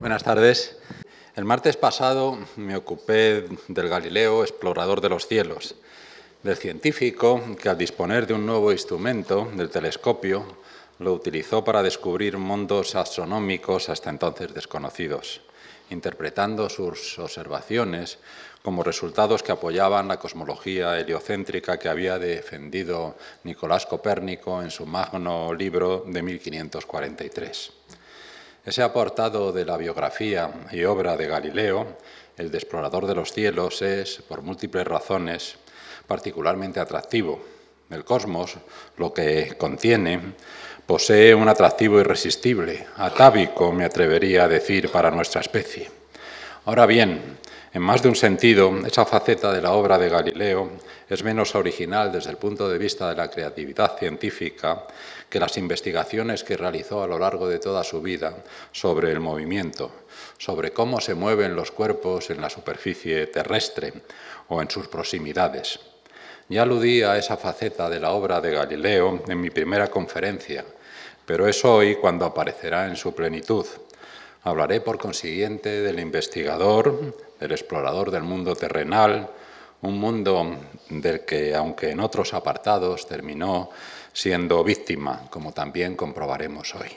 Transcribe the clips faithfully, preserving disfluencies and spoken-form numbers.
Buenas tardes. El martes pasado me ocupé del Galileo, explorador de los cielos, del científico que al disponer de un nuevo instrumento, del telescopio, lo utilizó para descubrir mundos astronómicos hasta entonces desconocidos, interpretando sus observaciones como resultados que apoyaban la cosmología heliocéntrica que había defendido Nicolás Copérnico en su magno libro de mil quinientos cuarenta y tres. Ese apartado de la biografía y obra de Galileo, el de explorador de los cielos, es, por múltiples razones, particularmente atractivo. El cosmos, lo que contiene, posee un atractivo irresistible, atávico, me atrevería a decir, para nuestra especie. Ahora bien, en más de un sentido, esa faceta de la obra de Galileo es menos original desde el punto de vista de la creatividad científica que las investigaciones que realizó a lo largo de toda su vida sobre el movimiento, sobre cómo se mueven los cuerpos en la superficie terrestre o en sus proximidades. Ya aludí a esa faceta de la obra de Galileo en mi primera conferencia, pero es hoy cuando aparecerá en su plenitud. Hablaré, por consiguiente, del investigador, del explorador del mundo terrenal, un mundo del que, aunque en otros apartados, terminó siendo víctima, como también comprobaremos hoy.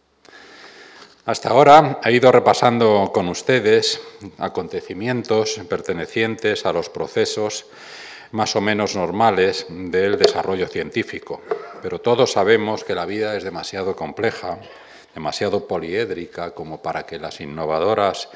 Hasta ahora he ido repasando con ustedes acontecimientos pertenecientes a los procesos más o menos normales del desarrollo científico, pero todos sabemos que la vida es demasiado compleja, demasiado poliédrica como para que las innovadoras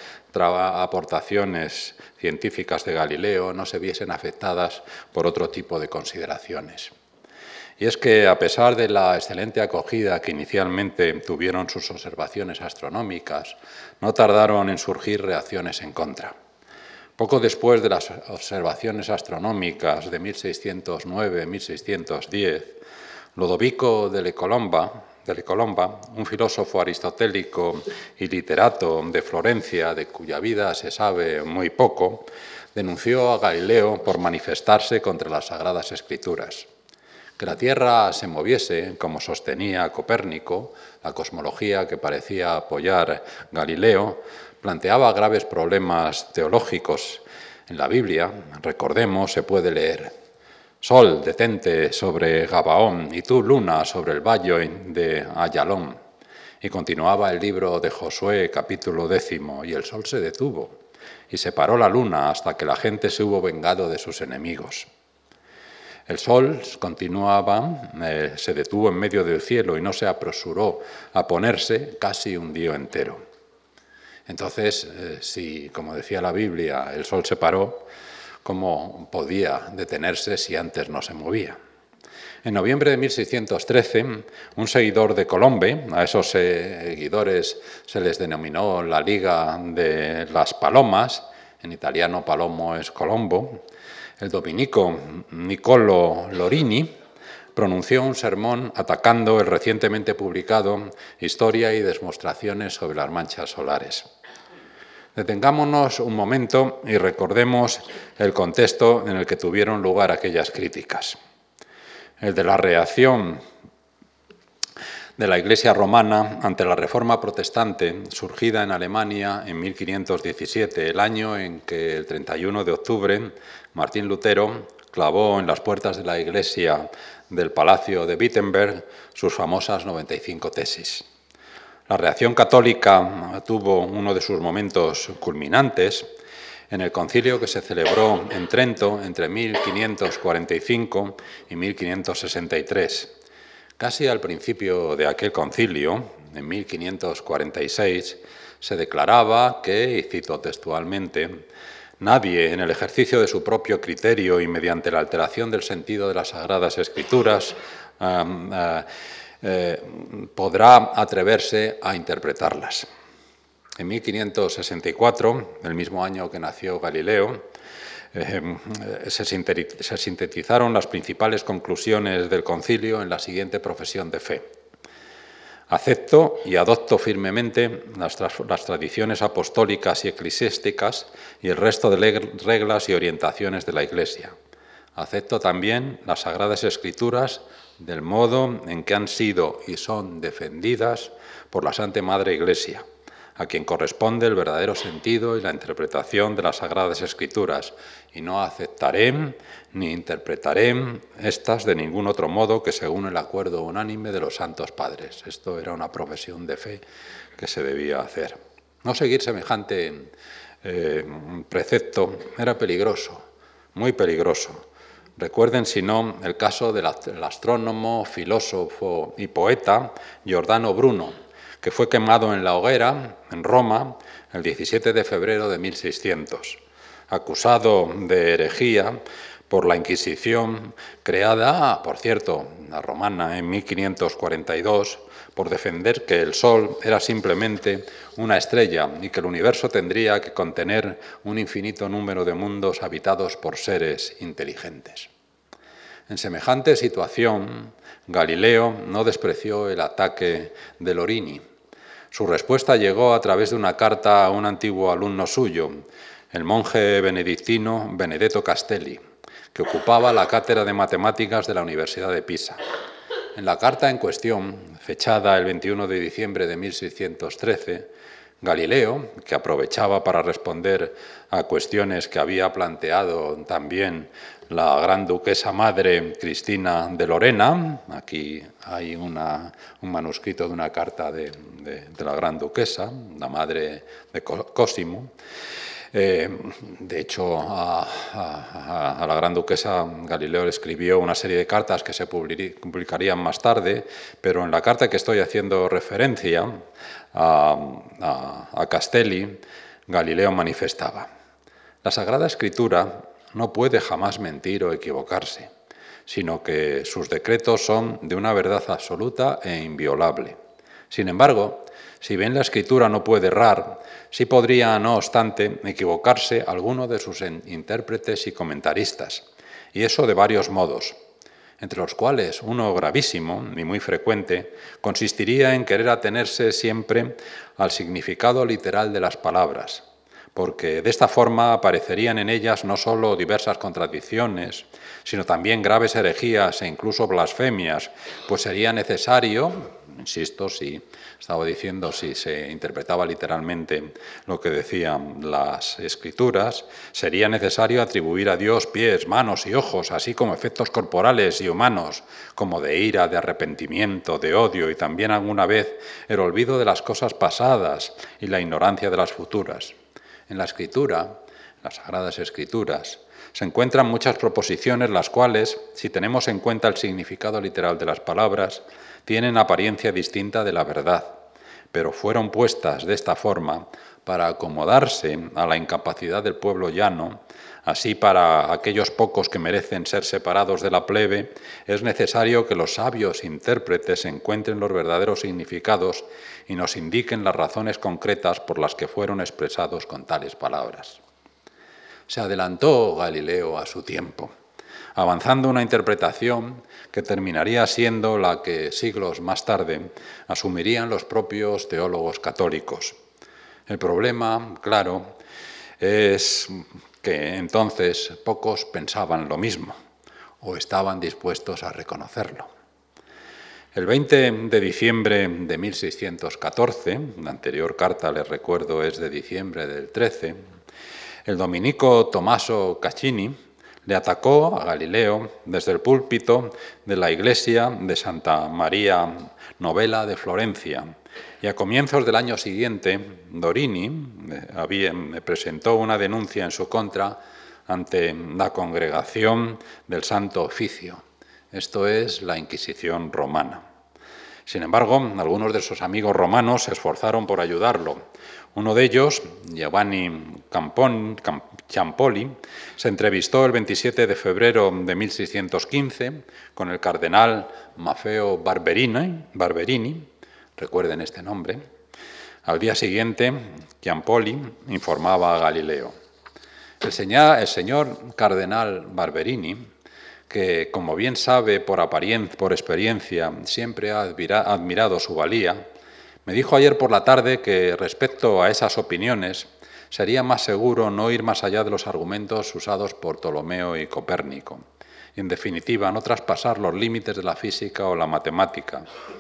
aportaciones científicas de Galileo no se viesen afectadas por otro tipo de consideraciones. Y es que, a pesar de la excelente acogida que inicialmente tuvieron sus observaciones astronómicas, no tardaron en surgir reacciones en contra. Poco después de las observaciones astronómicas de mil seiscientos nueve a mil seiscientos diez, Lodovico delle Colomba, delle Colomba, un filósofo aristotélico y literato de Florencia, de cuya vida se sabe muy poco, denunció a Galileo por manifestarse contra las Sagradas Escrituras. Que la Tierra se moviese, como sostenía Copérnico, la cosmología que parecía apoyar Galileo, planteaba graves problemas teológicos. En la Biblia, recordemos, se puede leer: Sol, detente sobre Gabaón, y tú, luna, sobre el valle de Ayalón. Y continuaba el libro de Josué, capítulo décimo, y el sol se detuvo, y se paró la luna hasta que la gente se hubo vengado de sus enemigos. El sol continuaba, eh, se detuvo en medio del cielo y no se apresuró a ponerse casi un día entero. Entonces, eh, si, como decía la Biblia, el sol se paró, ¿cómo podía detenerse si antes no se movía? En noviembre de mil seiscientos trece, un seguidor de Colombe, a esos seguidores se les denominó la Liga de las Palomas, en italiano palomo es Colombo, el dominico Niccolo Lorini pronunció un sermón atacando el recientemente publicado Historia y demostraciones sobre las manchas solares. Detengámonos un momento y recordemos el contexto en el que tuvieron lugar aquellas críticas. El de la reacción de la Iglesia romana ante la Reforma protestante surgida en Alemania en mil quinientos diecisiete, el año en que el treinta y uno de octubre Martín Lutero clavó en las puertas de la Iglesia del Palacio de Wittenberg sus famosas noventa y cinco tesis. La reacción católica tuvo uno de sus momentos culminantes en el concilio que se celebró en Trento entre mil quinientos cuarenta y cinco y mil quinientos sesenta y tres. Casi al principio de aquel concilio, en mil quinientos cuarenta y seis, se declaraba que, y cito textualmente, nadie, en el ejercicio de su propio criterio y mediante la alteración del sentido de las Sagradas Escrituras, um, uh, eh, podrá atreverse a interpretarlas. En mil quinientos sesenta y cuatro, el mismo año que nació Galileo, eh, se, se sintetizaron las principales conclusiones del concilio en la siguiente profesión de fe. Acepto y adopto firmemente las, las tradiciones apostólicas y eclesiásticas y el resto de reglas y orientaciones de la Iglesia. Acepto también las Sagradas Escrituras del modo en que han sido y son defendidas por la Santa Madre Iglesia, a quien corresponde el verdadero sentido y la interpretación de las Sagradas Escrituras, y no aceptaré ni interpretaré estas de ningún otro modo que según el acuerdo unánime de los Santos Padres. Esto era una profesión de fe que se debía hacer. No seguir semejante eh, precepto era peligroso, muy peligroso. Recuerden, si no, el caso del astrónomo, filósofo y poeta Giordano Bruno, que fue quemado en la hoguera, en Roma, el diecisiete de febrero de mil seiscientos, acusado de herejía por la Inquisición, creada, por cierto, la romana en mil quinientos cuarenta y dos, por defender que el Sol era simplemente una estrella y que el universo tendría que contener un infinito número de mundos habitados por seres inteligentes. En semejante situación, Galileo no despreció el ataque de Lorini. Su respuesta llegó a través de una carta a un antiguo alumno suyo, el monje benedictino Benedetto Castelli, que ocupaba la cátedra de matemáticas de la Universidad de Pisa. En la carta en cuestión, fechada el veintiuno de diciembre de mil seiscientos trece, Galileo, que aprovechaba para responder a cuestiones que había planteado también la gran duquesa madre Cristina de Lorena, aquí hay una, un manuscrito de una carta de, de, de la gran duquesa, la madre de Cosimo. Eh, de hecho, a, a, a la gran duquesa Galileo le escribió una serie de cartas que se publicarían más tarde, pero en la carta que estoy haciendo referencia a, a, a Castelli, Galileo manifestaba: la Sagrada Escritura no puede jamás mentir o equivocarse, sino que sus decretos son de una verdad absoluta e inviolable. Sin embargo, si bien la Escritura no puede errar, sí podría, no obstante, equivocarse alguno de sus intérpretes y comentaristas, y eso de varios modos, entre los cuales uno gravísimo y muy frecuente consistiría en querer atenerse siempre al significado literal de las palabras, porque de esta forma aparecerían en ellas no solo diversas contradicciones, sino también graves herejías e incluso blasfemias, pues sería necesario, insisto, si estaba diciendo, si se interpretaba literalmente lo que decían las Escrituras, sería necesario atribuir a Dios pies, manos y ojos, así como efectos corporales y humanos, como de ira, de arrepentimiento, de odio y también alguna vez el olvido de las cosas pasadas y la ignorancia de las futuras. En la Escritura, en las Sagradas Escrituras, se encuentran muchas proposiciones las cuales, si tenemos en cuenta el significado literal de las palabras, tienen apariencia distinta de la verdad, pero fueron puestas de esta forma para acomodarse a la incapacidad del pueblo llano. Así, para aquellos pocos que merecen ser separados de la plebe, es necesario que los sabios intérpretes encuentren los verdaderos significados y nos indiquen las razones concretas por las que fueron expresados con tales palabras. Se adelantó Galileo a su tiempo, avanzando una interpretación que terminaría siendo la que siglos más tarde asumirían los propios teólogos católicos. El problema, claro, es que entonces pocos pensaban lo mismo o estaban dispuestos a reconocerlo. El veinte de diciembre de mil seiscientos catorce, la anterior carta, les recuerdo, es de diciembre del trece, el dominico Tommaso Caccini le atacó a Galileo desde el púlpito de la iglesia de Santa María Novella de Florencia, y a comienzos del año siguiente Lorini había, presentó una denuncia en su contra ante la Congregación del Santo Oficio, esto es la Inquisición romana. Sin embargo, algunos de sus amigos romanos se esforzaron por ayudarlo. Uno de ellos, Giovanni Campon, Camp, Ciampoli, se entrevistó el veintisiete de febrero de mil seiscientos quince con el cardenal Maffeo Barberini, Barberini, recuerden este nombre. Al día siguiente, Ciampoli informaba a Galileo. El señor, el señor cardenal Barberini, que, como bien sabe por, apariencia, por experiencia, siempre ha admirado su valía, me dijo ayer por la tarde que respecto a esas opiniones sería más seguro no ir más allá de los argumentos usados por Ptolomeo y Copérnico, y en definitiva no traspasar los límites de la física o la matemática,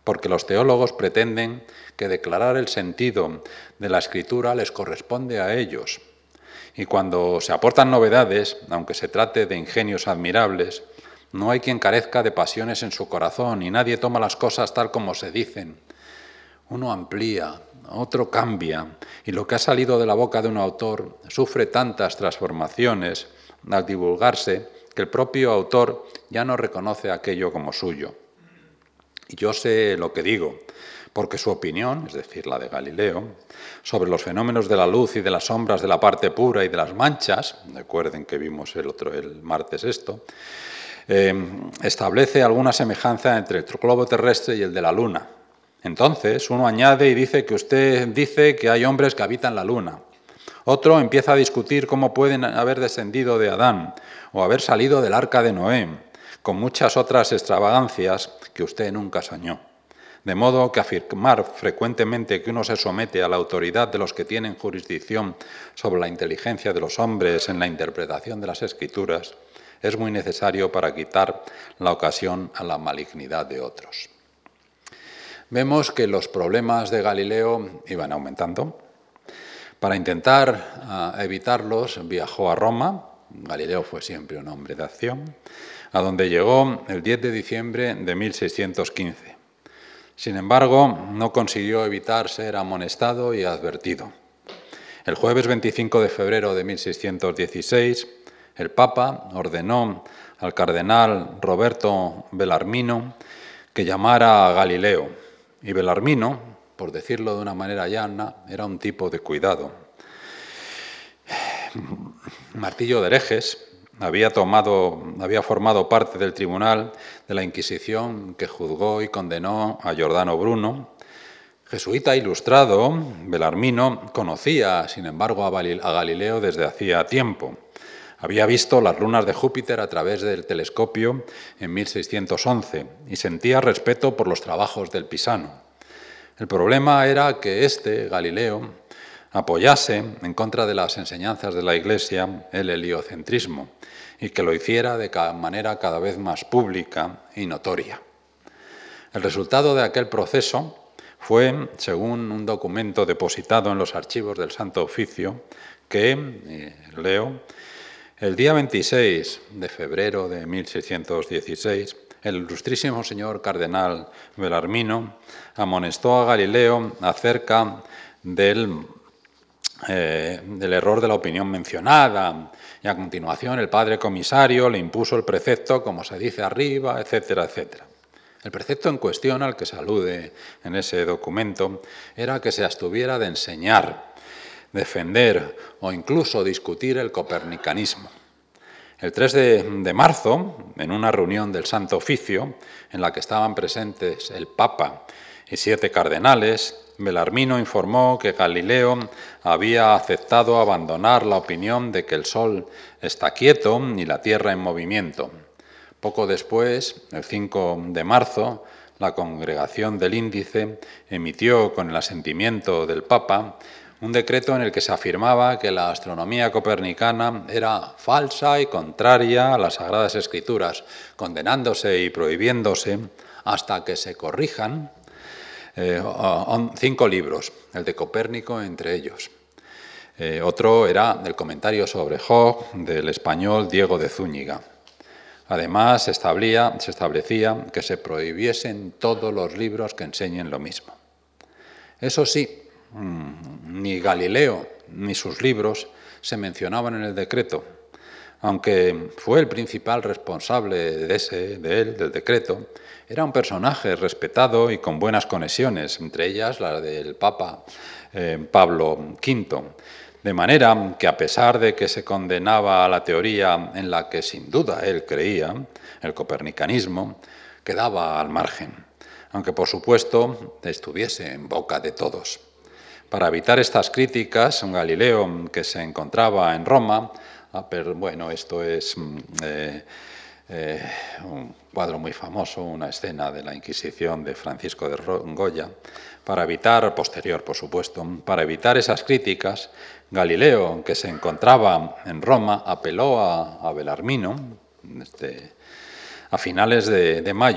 porque los teólogos pretenden que declarar el sentido de la Escritura les corresponde a ellos. Y cuando se aportan novedades, aunque se trate de ingenios admirables, no hay quien carezca de pasiones en su corazón y nadie toma las cosas tal como se dicen. Uno amplía, otro cambia, y lo que ha salido de la boca de un autor sufre tantas transformaciones al divulgarse que el propio autor ya no reconoce aquello como suyo. Y yo sé lo que digo, porque su opinión, es decir, la de Galileo, sobre los fenómenos de la luz y de las sombras de la parte pura y de las manchas, recuerden que vimos el otro el martes esto, eh, establece alguna semejanza entre el globo terrestre y el de la luna. Entonces, uno añade y dice que usted dice que hay hombres que habitan la luna. Otro empieza a discutir cómo pueden haber descendido de Adán o haber salido del arca de Noé, con muchas otras extravagancias que usted nunca soñó. De modo que afirmar frecuentemente que uno se somete a la autoridad de los que tienen jurisdicción sobre la inteligencia de los hombres en la interpretación de las Escrituras es muy necesario para quitar la ocasión a la malignidad de otros. Vemos que los problemas de Galileo iban aumentando. Para intentar uh, evitarlos, viajó a Roma. Galileo fue siempre un hombre de acción, a donde llegó el diez de diciembre de mil seiscientos quince. Sin embargo, no consiguió evitar ser amonestado y advertido. El jueves veinticinco de febrero de mil seiscientos dieciséis, el Papa ordenó al cardenal Roberto Bellarmino que llamara a Galileo. Y Bellarmino, por decirlo de una manera llana, era un tipo de cuidado. Martillo de Herejes había, tomado, había formado parte del tribunal de la Inquisición que juzgó y condenó a Giordano Bruno. Jesuita ilustrado, Bellarmino conocía, sin embargo, a Galileo desde hacía tiempo. Había visto las lunas de Júpiter a través del telescopio en mil seiscientos once y sentía respeto por los trabajos del Pisano. El problema era que este, Galileo, apoyase en contra de las enseñanzas de la Iglesia el heliocentrismo y que lo hiciera de manera cada vez más pública y notoria. El resultado de aquel proceso fue, según un documento depositado en los archivos del Santo Oficio, que, eh, leo, el día veintiséis de febrero de mil seiscientos dieciséis, el ilustrísimo señor cardenal Bellarmino amonestó a Galileo acerca del, eh, del error de la opinión mencionada, y a continuación el padre comisario le impuso el precepto, como se dice arriba, etcétera, etcétera. El precepto en cuestión, al que se alude en ese documento, era que se abstuviera de enseñar, defender o incluso discutir el copernicanismo. El tres de marzo, en una reunión del Santo Oficio, en la que estaban presentes el Papa y siete cardenales, Bellarmino informó que Galileo había aceptado abandonar la opinión de que el Sol está quieto y la Tierra en movimiento. Poco después, el cinco de marzo, la Congregación del Índice emitió, con el asentimiento del Papa, un decreto en el que se afirmaba que la astronomía copernicana era falsa y contraria a las Sagradas Escrituras, condenándose y prohibiéndose hasta que se corrijan eh, cinco libros, el de Copérnico entre ellos. Eh, otro era el comentario sobre Job del español Diego de Zúñiga. Además, se establecía, se establecía que se prohibiesen todos los libros que enseñen lo mismo. Eso sí, ni Galileo ni sus libros se mencionaban en el decreto, aunque fue el principal responsable de, ese, de él, del decreto. Era un personaje respetado y con buenas conexiones, entre ellas la del Papa eh, Pablo quinto, de manera que a pesar de que se condenaba a la teoría en la que sin duda él creía, el copernicanismo, quedaba al margen, aunque por supuesto estuviese en boca de todos. Para evitar estas críticas, un Galileo que se encontraba en Roma, ah, pero bueno, esto es eh, eh, un cuadro muy famoso, una escena de la Inquisición de Francisco de Goya, para evitar, posterior por supuesto, para evitar esas críticas, Galileo, que se encontraba en Roma, apeló a, a Bellarmino este, a finales de, de mayo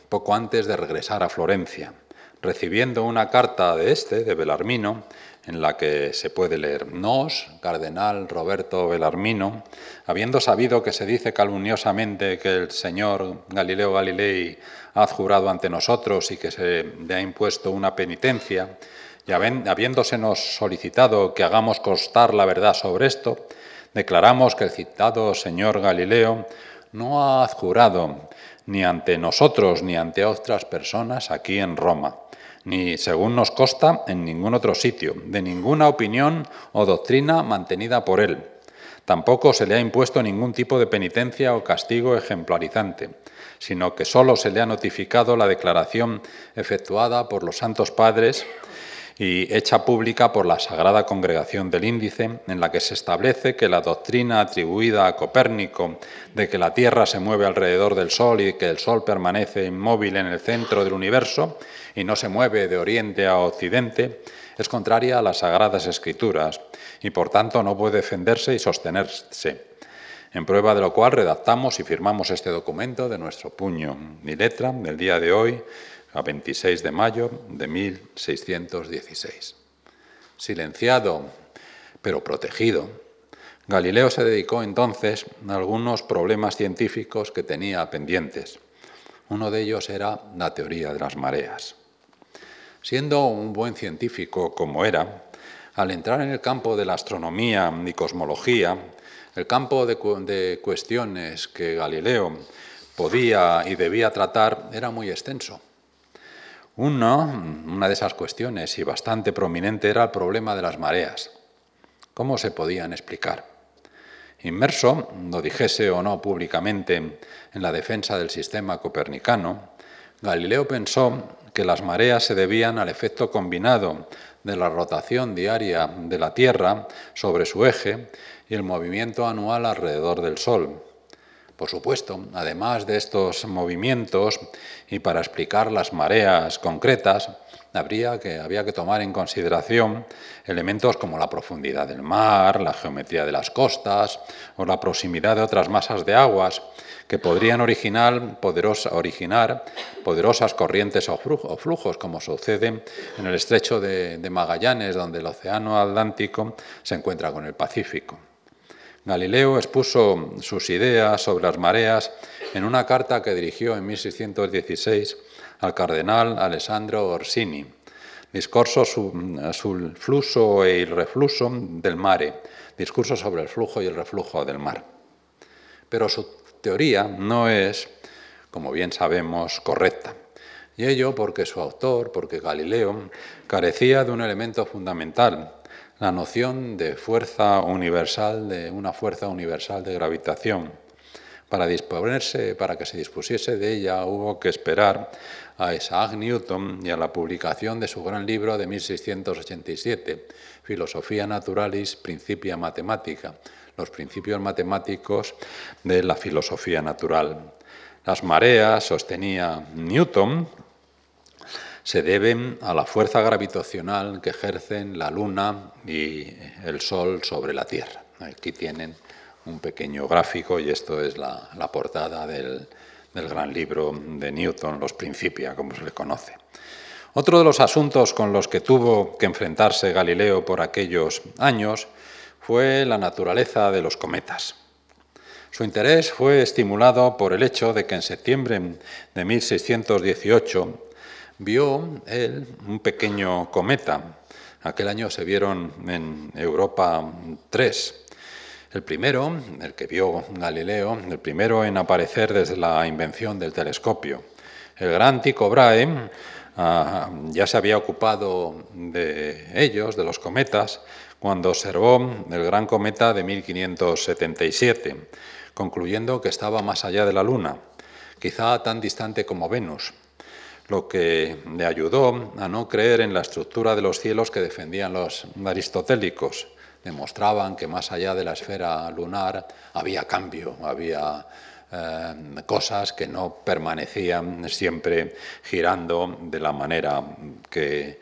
poco antes de regresar a Florencia, recibiendo una carta de este, de Belarmino, en la que se puede leer: Nos, cardenal Roberto Belarmino, habiendo sabido que se dice calumniosamente que el señor Galileo Galilei ha adjurado ante nosotros y que se le ha impuesto una penitencia, y habiéndosenos solicitado que hagamos constar la verdad sobre esto, declaramos que el citado señor Galileo no ha adjurado ni ante nosotros ni ante otras personas aquí en Roma, ni, según nos consta, en ningún otro sitio, de ninguna opinión o doctrina mantenida por él. Tampoco se le ha impuesto ningún tipo de penitencia o castigo ejemplarizante, sino que sólo se le ha notificado la declaración efectuada por los santos padres y hecha pública por la Sagrada Congregación del Índice, en la que se establece que la doctrina atribuida a Copérnico de que la Tierra se mueve alrededor del Sol y que el Sol permanece inmóvil en el centro del universo y no se mueve de oriente a occidente, es contraria a las Sagradas Escrituras y por tanto no puede defenderse y sostenerse. En prueba de lo cual redactamos y firmamos este documento de nuestro puño y letra del día de hoy, a veintiséis de mayo de mil seiscientos dieciséis. Silenciado, pero protegido, Galileo se dedicó entonces a algunos problemas científicos que tenía pendientes. Uno de ellos era la teoría de las mareas. Siendo un buen científico como era, al entrar en el campo de la astronomía y cosmología, el campo de, cu- de cuestiones que Galileo podía y debía tratar era muy extenso. Uno, una de esas cuestiones, y bastante prominente, era el problema de las mareas. ¿Cómo se podían explicar? Inmerso, lo dijese o no públicamente, en la defensa del sistema copernicano, Galileo pensó que las mareas se debían al efecto combinado de la rotación diaria de la Tierra sobre su eje y el movimiento anual alrededor del Sol. Por supuesto, además de estos movimientos, y para explicar las mareas concretas, habría que, había que tomar en consideración elementos como la profundidad del mar, la geometría de las costas o la proximidad de otras masas de aguas que podrían originar, poderosa, originar poderosas corrientes o flujos, como sucede en el estrecho de, de Magallanes, donde el océano Atlántico se encuentra con el Pacífico. Galileo expuso sus ideas sobre las mareas en una carta que dirigió en mil seiscientos dieciséis al cardenal Alessandro Orsini, discorso sul flusso e il reflusso del mare, discurso sobre el flujo y el reflujo del mar. Pero su teoría no es, como bien sabemos, correcta. Y ello porque su autor, porque Galileo, carecía de un elemento fundamental, la noción de fuerza universal, de una fuerza universal de gravitación. Para disponerse, para que se dispusiese de ella, hubo que esperar a Isaac Newton y a la publicación de su gran libro de mil seiscientos ochenta y siete, Philosophia Naturalis Principia Mathematica, los principios matemáticos de la filosofía natural. Las mareas, sostenía Newton, se deben a la fuerza gravitacional que ejercen la Luna y el Sol sobre la Tierra. Aquí tienen un pequeño gráfico y esto es la, la portada del, del gran libro de Newton, Los Principia, como se le conoce. Otro de los asuntos con los que tuvo que enfrentarse Galileo por aquellos años fue la naturaleza de los cometas. Su interés fue estimulado por el hecho de que en septiembre de mil seiscientos dieciocho vio él un pequeño cometa. Aquel año se vieron en Europa tres. El primero, el que vio Galileo, el primero en aparecer desde la invención del telescopio. El gran Tycho Brahe uh, ya se había ocupado de ellos, de los cometas, cuando observó el gran cometa de mil quinientos setenta y siete, concluyendo que estaba más allá de la Luna, quizá tan distante como Venus, lo que le ayudó a no creer en la estructura de los cielos que defendían los aristotélicos. Demostraban que más allá de la esfera lunar había cambio, había eh, cosas que no permanecían siempre girando de la manera que,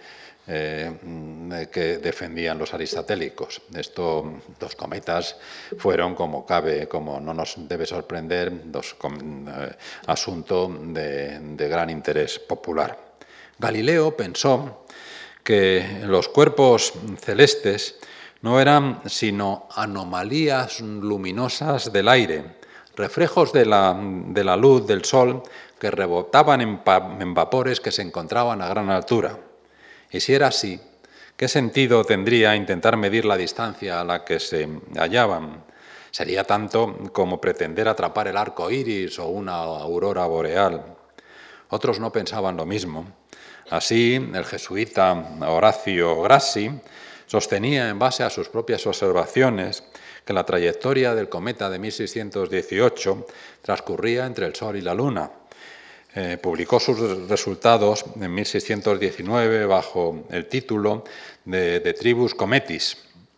eh, que defendían los aristotélicos. Estos dos cometas fueron, como cabe, como no nos debe sorprender, dos eh, asuntos de, de gran interés popular. Galileo pensó que los cuerpos celestes no eran sino anomalías luminosas del aire, reflejos de la, de la luz del sol que rebotaban en, en vapores que se encontraban a gran altura. Y si era así, ¿qué sentido tendría intentar medir la distancia a la que se hallaban? Sería tanto como pretender atrapar el arco iris o una aurora boreal. Otros no pensaban lo mismo. Así, el jesuita Horacio Grassi sostenía, en base a sus propias observaciones, que la trayectoria del cometa de mil seiscientos dieciocho transcurría entre el Sol y la Luna. Eh, publicó sus resultados en mil seiscientos diecinueve bajo el título de, de Tribus Cometis.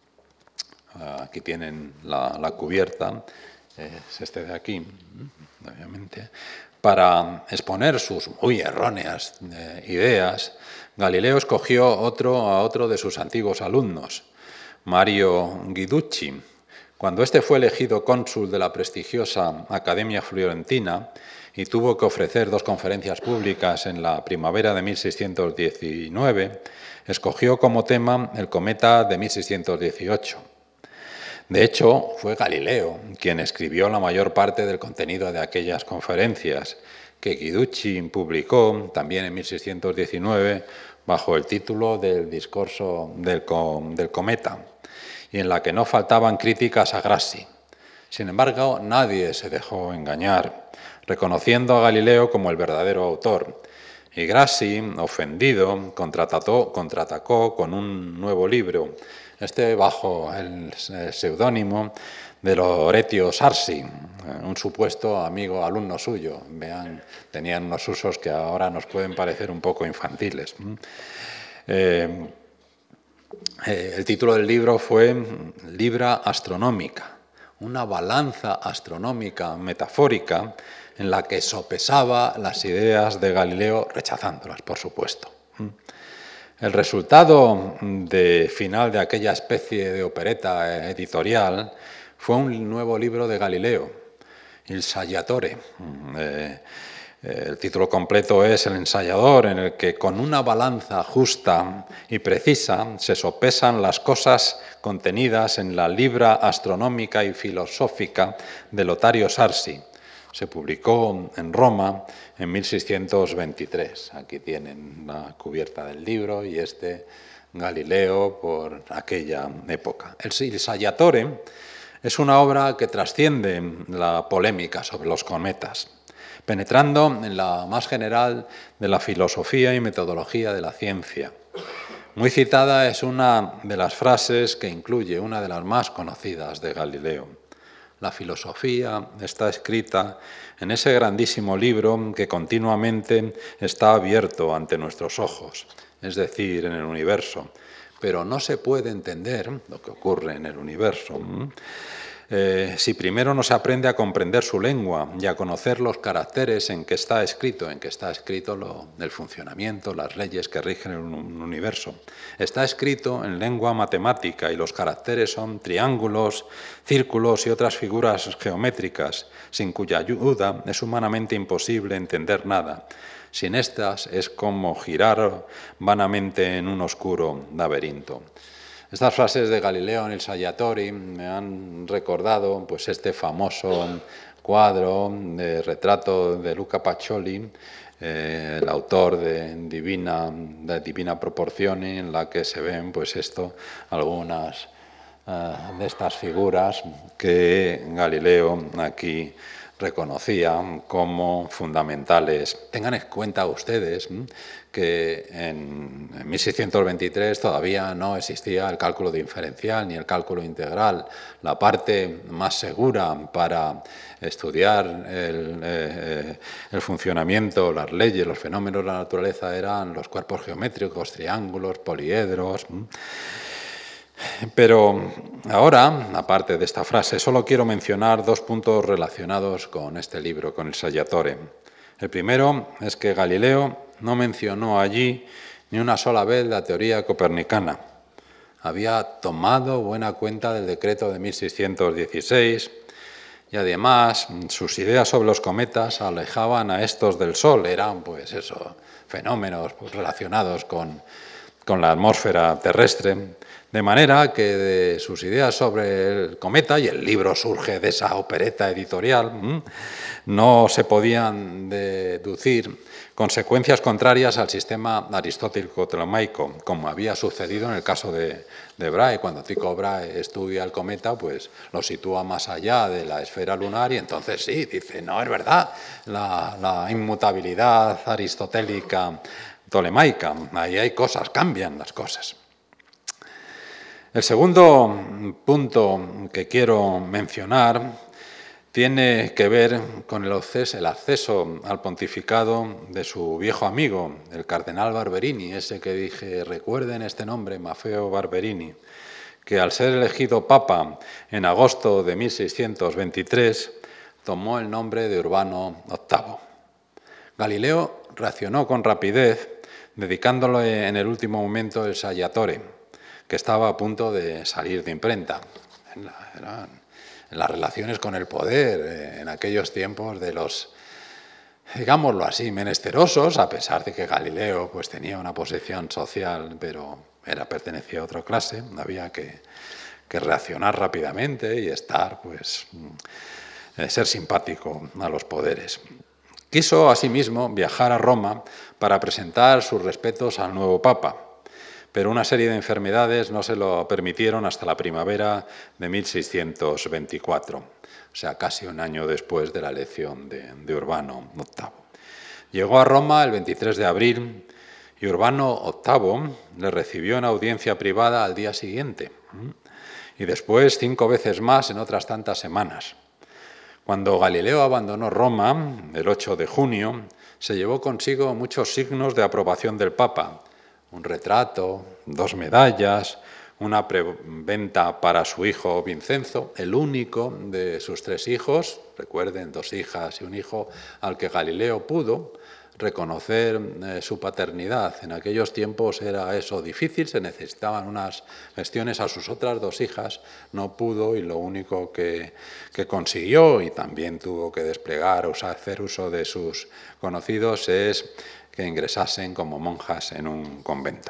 Aquí tienen la, la cubierta, eh, es este de aquí, obviamente. Para exponer sus muy erróneas eh, ideas, Galileo escogió otro, a otro de sus antiguos alumnos, Mario Guiducci. Cuando éste fue elegido cónsul de la prestigiosa Academia Florentina y tuvo que ofrecer dos conferencias públicas en la primavera de mil seiscientos diecinueve, escogió como tema el cometa de mil seiscientos dieciocho. De hecho, fue Galileo quien escribió la mayor parte del contenido de aquellas conferencias, que Guiducci publicó también en mil seiscientos diecinueve bajo el título del Discorso del, del Cometa, y en la que no faltaban críticas a Grassi. Sin embargo, nadie se dejó engañar, reconociendo a Galileo como el verdadero autor, y Grassi, ofendido, contraatacó, contraatacó con un nuevo libro, este bajo el seudónimo de Loretio Sarsi, un supuesto amigo, alumno suyo. Vean, tenían unos usos que ahora nos pueden parecer un poco infantiles. Eh, eh, el título del libro fue Libra Astronómica, una balanza astronómica metafórica en la que sopesaba las ideas de Galileo, rechazándolas, por supuesto. El resultado de final de aquella especie de opereta editorial fue un nuevo libro de Galileo, Il Saggiatore. Eh, el título completo es El ensayador, en el que con una balanza justa y precisa se sopesan las cosas contenidas en la Libra astronómica y filosófica de Lotario Sarsi. Se publicó en Roma en mil seiscientos veintitrés. Aquí tienen la cubierta del libro y este Galileo por aquella época. El Il Saggiatore es una obra que trasciende la polémica sobre los cometas, penetrando en la más general de la filosofía y metodología de la ciencia. Muy citada es una de las frases que incluye una de las más conocidas de Galileo. La filosofía está escrita en ese grandísimo libro que continuamente está abierto ante nuestros ojos, es decir, en el universo. Pero no se puede entender lo que ocurre en el universo eh, si primero no se aprende a comprender su lengua y a conocer los caracteres en que está escrito, en que está escrito lo, el funcionamiento, las leyes que rigen el universo. Está escrito en lengua matemática y los caracteres son triángulos, círculos y otras figuras geométricas, sin cuya ayuda es humanamente imposible entender nada. Sin estas es como girar vanamente en un oscuro laberinto. Estas frases de Galileo en el Saggiatore me han recordado pues, este famoso cuadro de retrato de Luca Pacioli, eh, el autor de Divina, de Divina Proporzione, en la que se ven pues, esto, algunas uh, de estas figuras que Galileo aquí reconocía como fundamentales. Tengan en cuenta ustedes que en mil seiscientos veintitrés todavía no existía el cálculo diferencial ni el cálculo integral. La parte más segura para estudiar el, eh, el funcionamiento, las leyes, los fenómenos de la naturaleza eran los cuerpos geométricos, triángulos, poliedros. Pero ahora, aparte de esta frase, solo quiero mencionar dos puntos relacionados con este libro, con el Saggiatore. El primero es que Galileo no mencionó allí ni una sola vez la teoría copernicana. Había tomado buena cuenta del decreto de mil seiscientos dieciséis y además sus ideas sobre los cometas alejaban a estos del Sol. Eran, pues eso, fenómenos pues, relacionados con, con la atmósfera terrestre. De manera que de sus ideas sobre el cometa, y el libro surge de esa opereta editorial, no se podían deducir consecuencias contrarias al sistema aristotélico-ptolemaico, como había sucedido en el caso de, de Brahe. Cuando Tycho Brahe estudia el cometa, pues lo sitúa más allá de la esfera lunar y entonces sí, dice, no, es verdad, la, la inmutabilidad aristotélica ptolemaica, ahí hay cosas, cambian las cosas. El segundo punto que quiero mencionar tiene que ver con el acceso, el acceso al pontificado de su viejo amigo, el cardenal Barberini, ese que dije, recuerden este nombre, Maffeo Barberini, que al ser elegido papa en agosto de mil seiscientos veintitrés tomó el nombre de Urbano octavo. Galileo reaccionó con rapidez, dedicándole en el último momento el Salvatore, que estaba a punto de salir de imprenta. En, la, eran, en las relaciones con el poder, eh, en aquellos tiempos de los, digámoslo así, menesterosos, a pesar de que Galileo pues, tenía una posición social, pero era, pertenecía a otra clase, había que, que reaccionar rápidamente y estar, pues, eh, ser simpático a los poderes. Quiso, asimismo, viajar a Roma para presentar sus respetos al nuevo Papa, pero una serie de enfermedades no se lo permitieron hasta la primavera de mil seiscientos veinticuatro, o sea, casi un año después de la elección de, de Urbano octavo. Llegó a Roma el veintitrés de abril y Urbano octavo le recibió en audiencia privada al día siguiente y después cinco veces más en otras tantas semanas. Cuando Galileo abandonó Roma, el ocho de junio, se llevó consigo muchos signos de aprobación del Papa, un retrato, dos medallas, una preventa para su hijo Vincenzo, el único de sus tres hijos, recuerden, dos hijas y un hijo, al que Galileo pudo reconocer eh, su paternidad. En aquellos tiempos era eso difícil, se necesitaban unas gestiones a sus otras dos hijas, no pudo y lo único que, que consiguió, y también tuvo que desplegar, o sea, hacer uso de sus conocidos, es que ingresasen como monjas en un convento.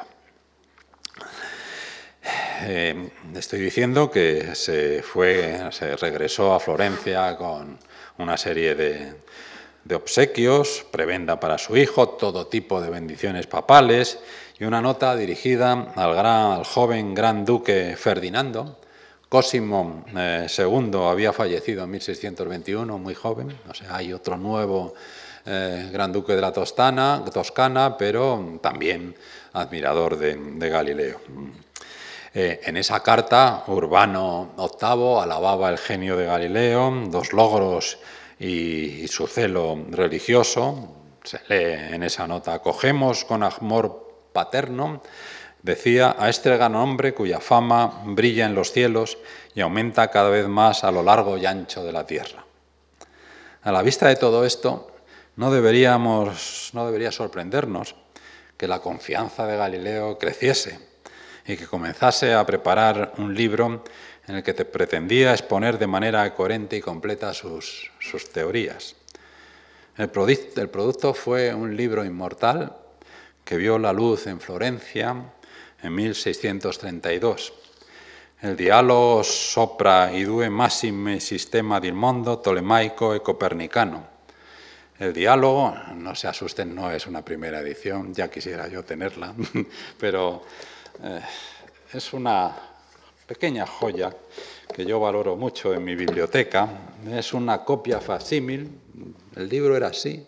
Eh, estoy diciendo que se fue, se regresó a Florencia con una serie de, de obsequios, prebenda para su hijo, todo tipo de bendiciones papales y una nota dirigida al, gran, al joven gran duque Ferdinando. Cosimo eh, segundo había fallecido en mil seiscientos veintiuno, muy joven, o sea, hay otro nuevo Eh, gran duque de la Toscana, Toscana, pero también admirador de, de Galileo. Eh, en esa carta, Urbano octavo alababa el genio de Galileo, dos logros y, y su celo religioso. Se lee en esa nota, acogemos con amor paterno, decía, a este gran hombre cuya fama brilla en los cielos y aumenta cada vez más a lo largo y ancho de la tierra. A la vista de todo esto, No, deberíamos, no debería sorprendernos que la confianza de Galileo creciese y que comenzase a preparar un libro en el que te pretendía exponer de manera coherente y completa sus, sus teorías. El, produ- el producto fue un libro inmortal que vio la luz en Florencia en mil seiscientos treinta y dos. El diálogo sopra i due massime sistema del mondo tolemaico e copernicano. El diálogo, no se asusten, no es una primera edición, ya quisiera yo tenerla, pero eh, es una pequeña joya que yo valoro mucho en mi biblioteca. Es una copia facsímil, el libro era así,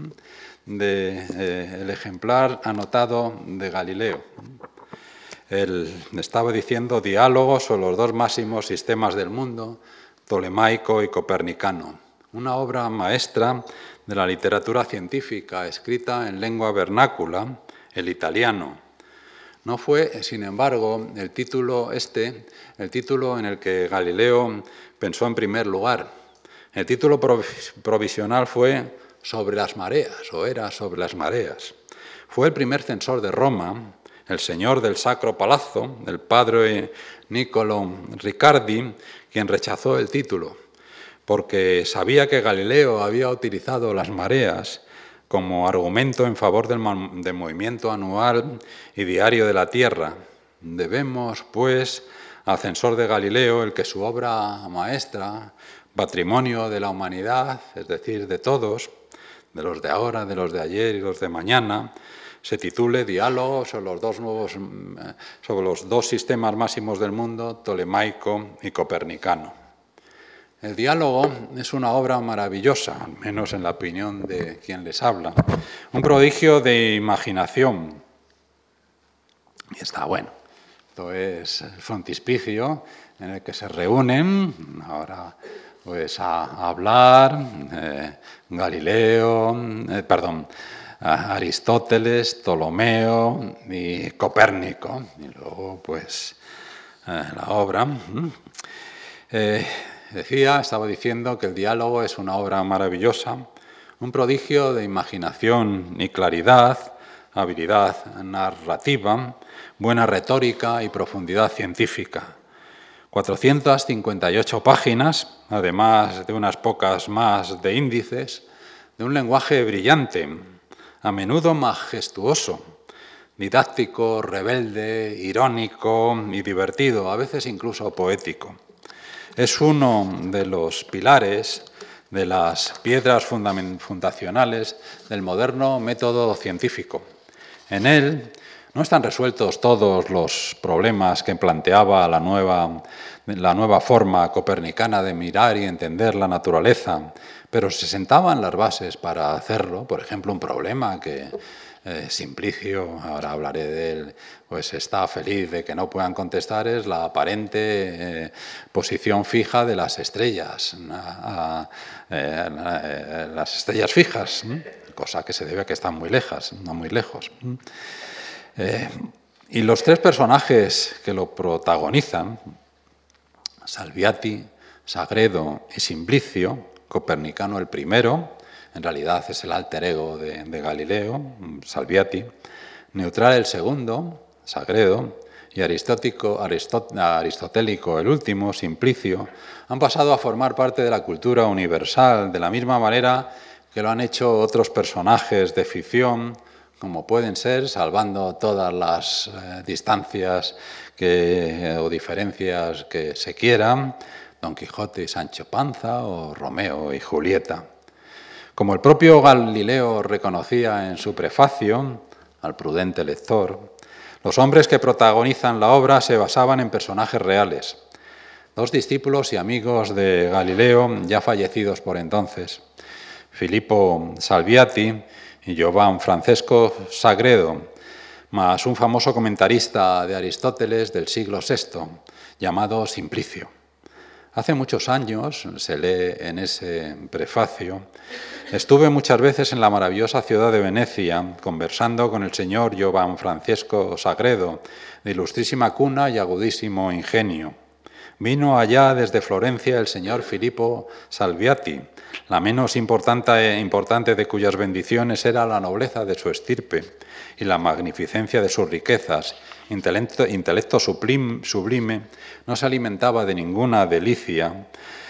del de, eh, ejemplar anotado de Galileo. Él estaba diciendo diálogo sobre los dos máximos sistemas del mundo, tolemaico y copernicano. Una obra maestra de la literatura científica escrita en lengua vernácula, el italiano. No fue, sin embargo, el título este, el título en el que Galileo pensó en primer lugar. El título provisional fue Sobre las mareas, o era Sobre las mareas. Fue el primer censor de Roma, el señor del Sacro Palazzo, el padre Niccolò Riccardi, quien rechazó el título, porque sabía que Galileo había utilizado las mareas como argumento en favor del, del movimiento anual y diario de la Tierra. Debemos, pues, al censor de Galileo el que su obra maestra, patrimonio de la humanidad, es decir, de todos, de los de ahora, de los de ayer y los de mañana, se titule Diálogo sobre los dos nuevos, sobre los dos sistemas máximos del mundo, tolemaico y copernicano. El Diálogo es una obra maravillosa, al menos en la opinión de quien les habla, un prodigio de imaginación. Y está bueno. Esto es el frontispicio en el que se reúnen ahora pues a hablar eh, Galileo, eh, perdón, Aristóteles, Ptolomeo y Copérnico, y luego pues eh, la obra. Eh, decía, estaba diciendo que el Diálogo es una obra maravillosa, un prodigio de imaginación y claridad, habilidad narrativa, buena retórica y profundidad científica. cuatrocientas cincuenta y ocho páginas, además de unas pocas más de índices, de un lenguaje brillante, a menudo majestuoso, didáctico, rebelde, irónico y divertido, a veces incluso poético. Es uno de los pilares, de las piedras fundacionales del moderno método científico. En él no están resueltos todos los problemas que planteaba la nueva, la nueva forma copernicana de mirar y entender la naturaleza, pero se sentaban las bases para hacerlo. Por ejemplo, un problema que eh, Simplicio, ahora hablaré de él, pues está feliz de que no puedan contestar, es la aparente eh, posición fija de las estrellas, a, a, eh, a, las estrellas fijas, ¿eh? Cosa que se debe a que están muy lejas, no muy lejos. Eh, y los tres personajes que lo protagonizan, Salviati, Sagredo y Simplicio, Copernicano el primero, en realidad es el alter ego de, de Galileo, Salviati, Neutral el segundo, Sagredo, y Aristótico, Aristot, Aristotélico el último, Simplicio, han pasado a formar parte de la cultura universal, de la misma manera que lo han hecho otros personajes de ficción, como pueden ser, salvando todas las eh, distancias que, o diferencias que se quieran, Don Quijote y Sancho Panza o Romeo y Julieta. Como el propio Galileo reconocía en su prefacio, al prudente lector, los hombres que protagonizan la obra se basaban en personajes reales, dos discípulos y amigos de Galileo ya fallecidos por entonces, Filippo Salviati y Giovan Francesco Sagredo, más un famoso comentarista de Aristóteles del siglo sexto, llamado Simplicio. Hace muchos años, se lee en ese prefacio, estuve muchas veces en la maravillosa ciudad de Venecia conversando con el señor Giovan Francesco Sagredo, de ilustrísima cuna y agudísimo ingenio. Vino allá desde Florencia el señor Filippo Salviati, la menos importante, importante de cuyas bendiciones era la nobleza de su estirpe y la magnificencia de sus riquezas. Intelecto, intelecto sublime, sublime, no se alimentaba de ninguna delicia,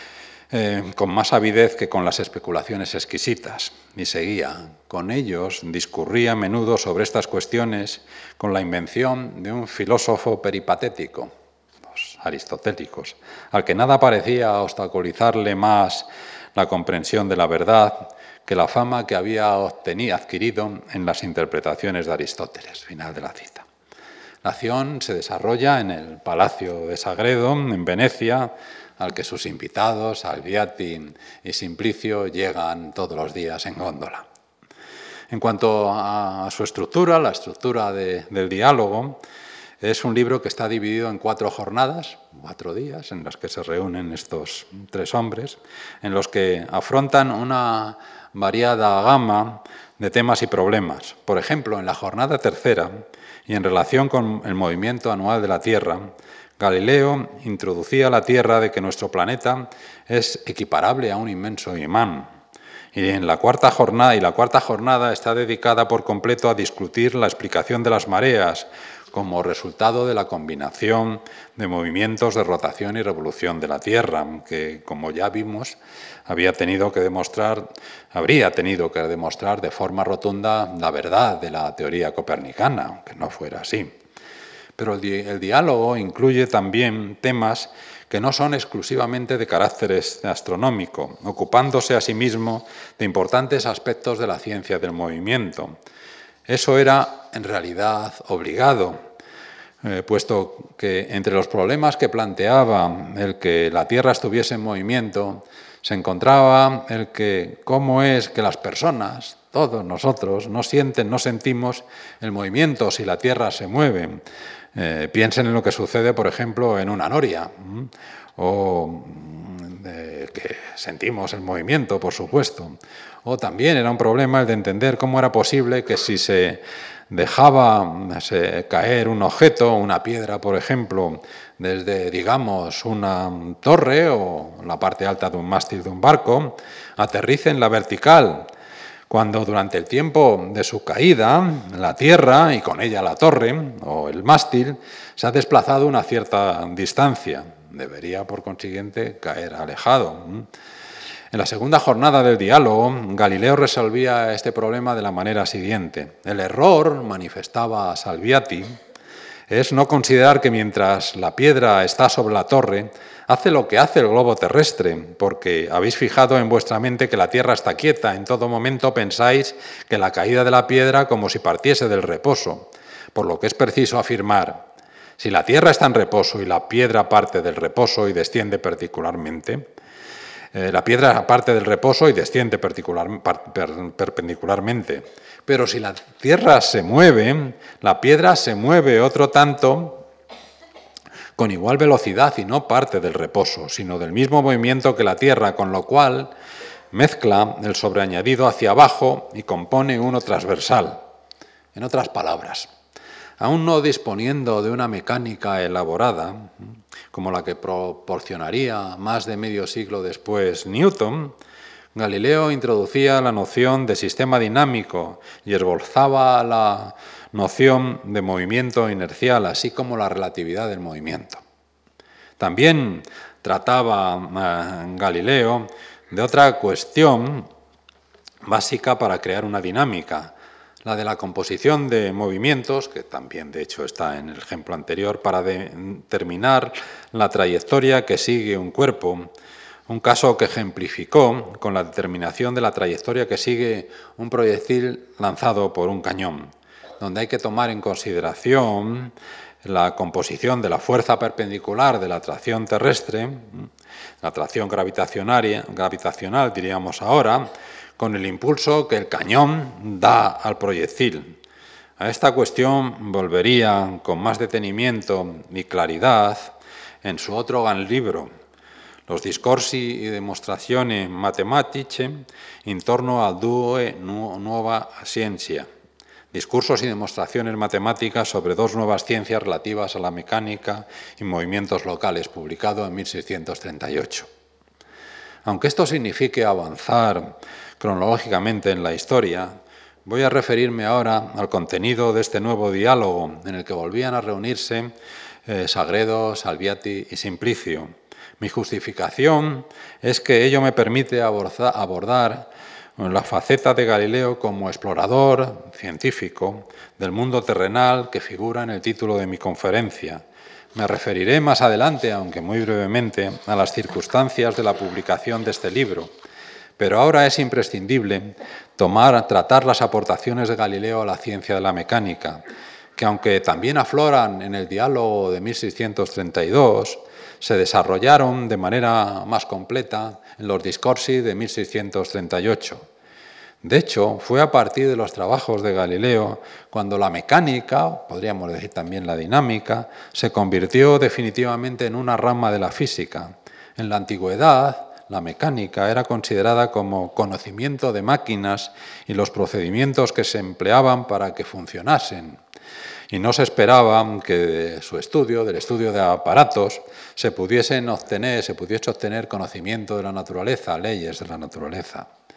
eh, con más avidez que con las especulaciones exquisitas. Y seguía. Con ellos discurría a menudo sobre estas cuestiones con la invención de un filósofo peripatético, los aristotélicos, al que nada parecía obstaculizarle más la comprensión de la verdad que la fama que había obtenido, adquirido en las interpretaciones de Aristóteles. Final de la cita. La acción se desarrolla en el Palacio de Sagredo, en Venecia, al que sus invitados, Salviati y Simplicio, llegan todos los días en góndola. En cuanto a su estructura, la estructura de, del diálogo, es un libro que está dividido en cuatro jornadas, cuatro días, en las que se reúnen estos tres hombres, en los que afrontan una variada gama de temas y problemas. Por ejemplo, en la jornada tercera, y en relación con el movimiento anual de la Tierra, Galileo introducía a la Tierra de que nuestro planeta es equiparable a un inmenso imán, Y en la cuarta jornada, y la cuarta jornada está dedicada por completo a discutir la explicación de las mareas como resultado de la combinación de movimientos de rotación y revolución de la Tierra, que, como ya vimos, había tenido que demostrar, habría tenido que demostrar de forma rotunda la verdad de la teoría copernicana, aunque no fuera así. Pero el, di el diálogo incluye también temas que no son exclusivamente de carácter astronómico, ocupándose asimismo de importantes aspectos de la ciencia del movimiento. Eso era, en realidad, obligado, eh, puesto que entre los problemas que planteaba el que la Tierra estuviese en movimiento, se encontraba el que cómo es que las personas, todos nosotros, no sienten, no sentimos el movimiento si la Tierra se mueve. Eh, piensen en lo que sucede, por ejemplo, en una noria, ¿m? o de que sentimos el movimiento, por supuesto. O también era un problema el de entender cómo era posible que si se dejaba se, caer un objeto, una piedra, por ejemplo, desde, digamos, una torre o la parte alta de un mástil de un barco, aterrice en la vertical, cuando durante el tiempo de su caída, la Tierra, y con ella la torre o el mástil, se ha desplazado una cierta distancia. Debería, por consiguiente, caer alejado. En la segunda jornada del diálogo, Galileo resolvía este problema de la manera siguiente. El error, manifestaba Salviati, es no considerar que mientras la piedra está sobre la torre, hace lo que hace el globo terrestre, porque habéis fijado en vuestra mente que la Tierra está quieta, en todo momento pensáis que la caída de la piedra como si partiese del reposo, por lo que es preciso afirmar, si la Tierra está en reposo y la piedra parte del reposo y desciende particularmente, eh, la piedra parte del reposo y desciende particular, per, per, perpendicularmente, pero si la Tierra se mueve, la piedra se mueve otro tanto con igual velocidad y no parte del reposo, sino del mismo movimiento que la Tierra, con lo cual mezcla el sobreañadido hacia abajo y compone uno transversal. En otras palabras, aún no disponiendo de una mecánica elaborada, como la que proporcionaría más de medio siglo después Newton, Galileo introducía la noción de sistema dinámico y esbozaba la noción de movimiento inercial, así como la relatividad del movimiento. También trataba eh, Galileo de otra cuestión básica para crear una dinámica, la de la composición de movimientos, que también de hecho está en el ejemplo anterior, para determinar la trayectoria que sigue un cuerpo, un caso que ejemplificó con la determinación de la trayectoria que sigue un proyectil lanzado por un cañón, donde hay que tomar en consideración la composición de la fuerza perpendicular de la atracción terrestre, la atracción gravitacional, gravitacional diríamos ahora, con el impulso que el cañón da al proyectil. A esta cuestión volvería con más detenimiento y claridad en su otro gran libro, Los discorsi e dimostrazioni matematiche intorno al due nuova scienza. Discursos y demostraciones matemáticas sobre dos nuevas ciencias relativas a la mecánica y movimientos locales, publicado en mil seiscientos treinta y ocho. Aunque esto signifique avanzar cronológicamente en la historia, voy a referirme ahora al contenido de este nuevo diálogo en el que volvían a reunirse eh, Sagredo, Salviati y Simplicio. Mi justificación es que ello me permite abordar la faceta de Galileo como explorador científico del mundo terrenal que figura en el título de mi conferencia. Me referiré más adelante, aunque muy brevemente, a las circunstancias de la publicación de este libro, pero ahora es imprescindible tomar, tratar las aportaciones de Galileo a la ciencia de la mecánica, que aunque también afloran en el diálogo de mil seiscientos treinta y dos, se desarrollaron de manera más completa en los discorsi de mil seiscientos treinta y ocho. De hecho, fue a partir de los trabajos de Galileo cuando la mecánica, podríamos decir también la dinámica, se convirtió definitivamente en una rama de la física. En la antigüedad, la mecánica era considerada como conocimiento de máquinas y los procedimientos que se empleaban para que funcionasen. Y no se esperaba que de su estudio, del estudio de aparatos, se pudiesen obtener, se pudiese obtener conocimiento de la naturaleza, leyes de la naturaleza.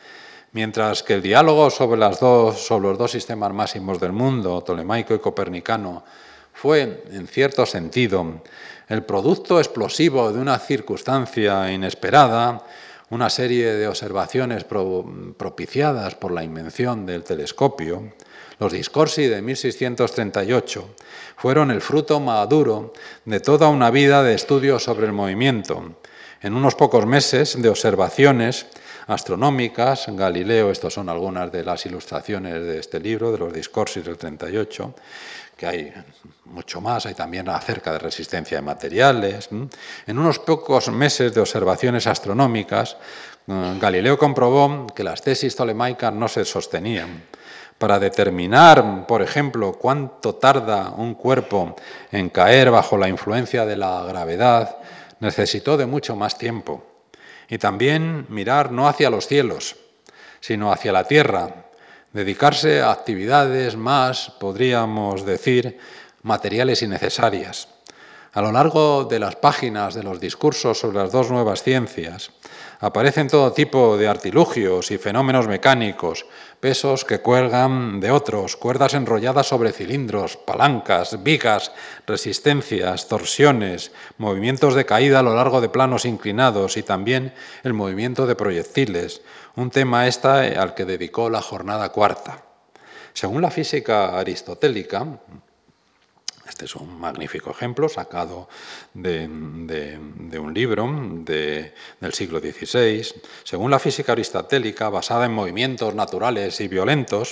Mientras que el diálogo sobre, las dos, sobre los dos sistemas máximos del mundo, tolemaico y copernicano, fue, en cierto sentido, el producto explosivo de una circunstancia inesperada, una serie de observaciones pro, propiciadas por la invención del telescopio, los discorsi de mil seiscientos treinta y ocho fueron el fruto maduro de toda una vida de estudios sobre el movimiento. En unos pocos meses de observaciones astronómicas, Galileo, estas son algunas de las ilustraciones de este libro, de los discorsi del treinta y ocho, que hay mucho más, hay también acerca de resistencia de materiales. En unos pocos meses de observaciones astronómicas, Galileo comprobó que las tesis tolemaicas no se sostenían. Para determinar, por ejemplo, cuánto tarda un cuerpo en caer bajo la influencia de la gravedad, necesitó de mucho más tiempo. Y también mirar no hacia los cielos, sino hacia la tierra, dedicarse a actividades más, podríamos decir, materiales y necesarias. A lo largo de las páginas de los discursos sobre las dos nuevas ciencias, aparecen todo tipo de artilugios y fenómenos mecánicos, pesos que cuelgan de otros, cuerdas enrolladas sobre cilindros, palancas, vigas, resistencias, torsiones, movimientos de caída a lo largo de planos inclinados y también el movimiento de proyectiles, un tema este al que dedicó la jornada cuarta. Según la física aristotélica, este es un magnífico ejemplo sacado de, de, de un libro de, del siglo dieciséis. Según la física aristotélica, basada en movimientos naturales y violentos,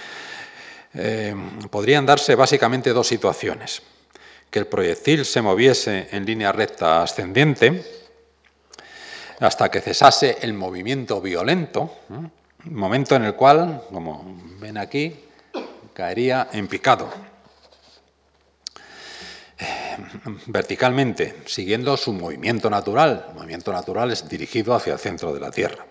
eh, podrían darse básicamente dos situaciones. Que el proyectil se moviese en línea recta ascendente hasta que cesase el movimiento violento, ¿eh? Momento en el cual, como ven aquí, caería en picado. Verticalmente, siguiendo su movimiento natural. El movimiento natural es dirigido hacia el centro de la Tierra.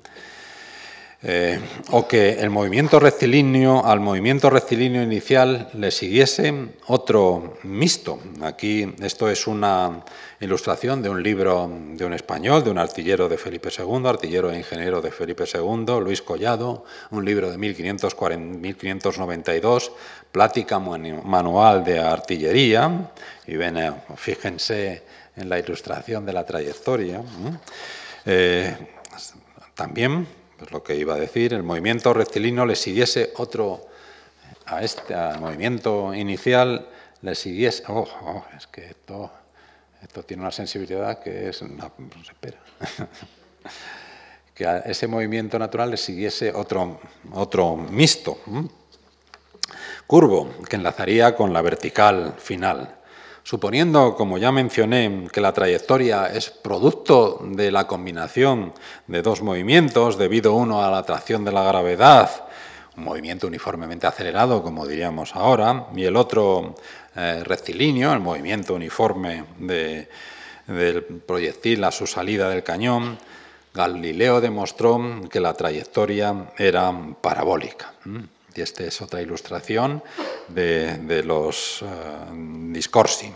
Eh, o que el movimiento rectilíneo, al movimiento rectilíneo inicial le siguiese otro mixto. Aquí esto es una ilustración de un libro de un español, de un artillero de Felipe segundo, artillero e ingeniero de Felipe segundo, Luis Collado, un libro de mil quinientos noventa y dos, Plática manual de artillería, y ven, fíjense en la ilustración de la trayectoria. Eh, también, pues lo que iba a decir, el movimiento rectilíneo le siguiese otro, a este al movimiento inicial le siguiese, oh, oh, es que esto, esto tiene una sensibilidad que es, no, no se espera, que a ese movimiento natural le siguiese otro, otro mixto, ¿m? curvo, que enlazaría con la vertical final. Suponiendo, como ya mencioné, que la trayectoria es producto de la combinación de dos movimientos, debido uno a la atracción de la gravedad, un movimiento uniformemente acelerado, como diríamos ahora, y el otro eh, rectilíneo, el movimiento uniforme de, del proyectil a su salida del cañón, Galileo demostró que la trayectoria era parabólica. Y esta es otra ilustración de, de los uh, discorsi.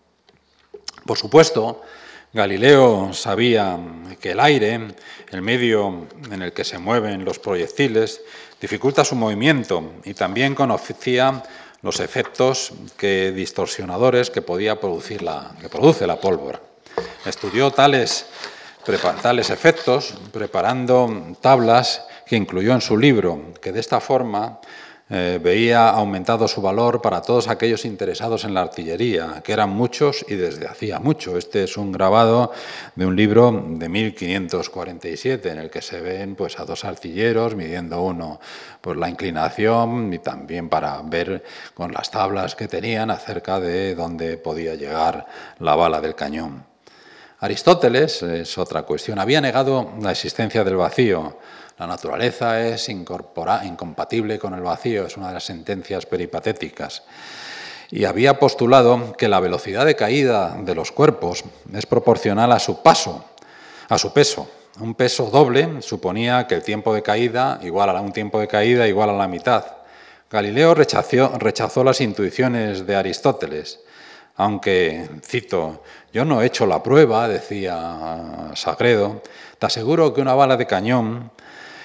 Por supuesto, Galileo sabía que el aire, el medio en el que se mueven los proyectiles, dificulta su movimiento y también conocía los efectos que, distorsionadores que, podía producir la, que produce la pólvora. Estudió tales, tales efectos preparando tablas que incluyó en su libro, que de esta forma eh, veía aumentado su valor para todos aquellos interesados en la artillería, que eran muchos y desde hacía mucho. Este es un grabado de un libro de mil quinientos cuarenta y siete, en el que se ven pues, a dos artilleros midiendo uno pues, la inclinación y también para ver con las tablas que tenían acerca de dónde podía llegar la bala del cañón. Aristóteles, es otra cuestión, había negado la existencia del vacío. La naturaleza es incompatible con el vacío, es una de las sentencias peripatéticas. Y había postulado que la velocidad de caída de los cuerpos es proporcional a su paso, a su peso. Un peso doble suponía que el tiempo de caída igual a un tiempo de caída igual a la mitad. Galileo rechazó, rechazó las intuiciones de Aristóteles. Aunque, cito, yo no he hecho la prueba, decía Sagredo, te aseguro que una bala de cañón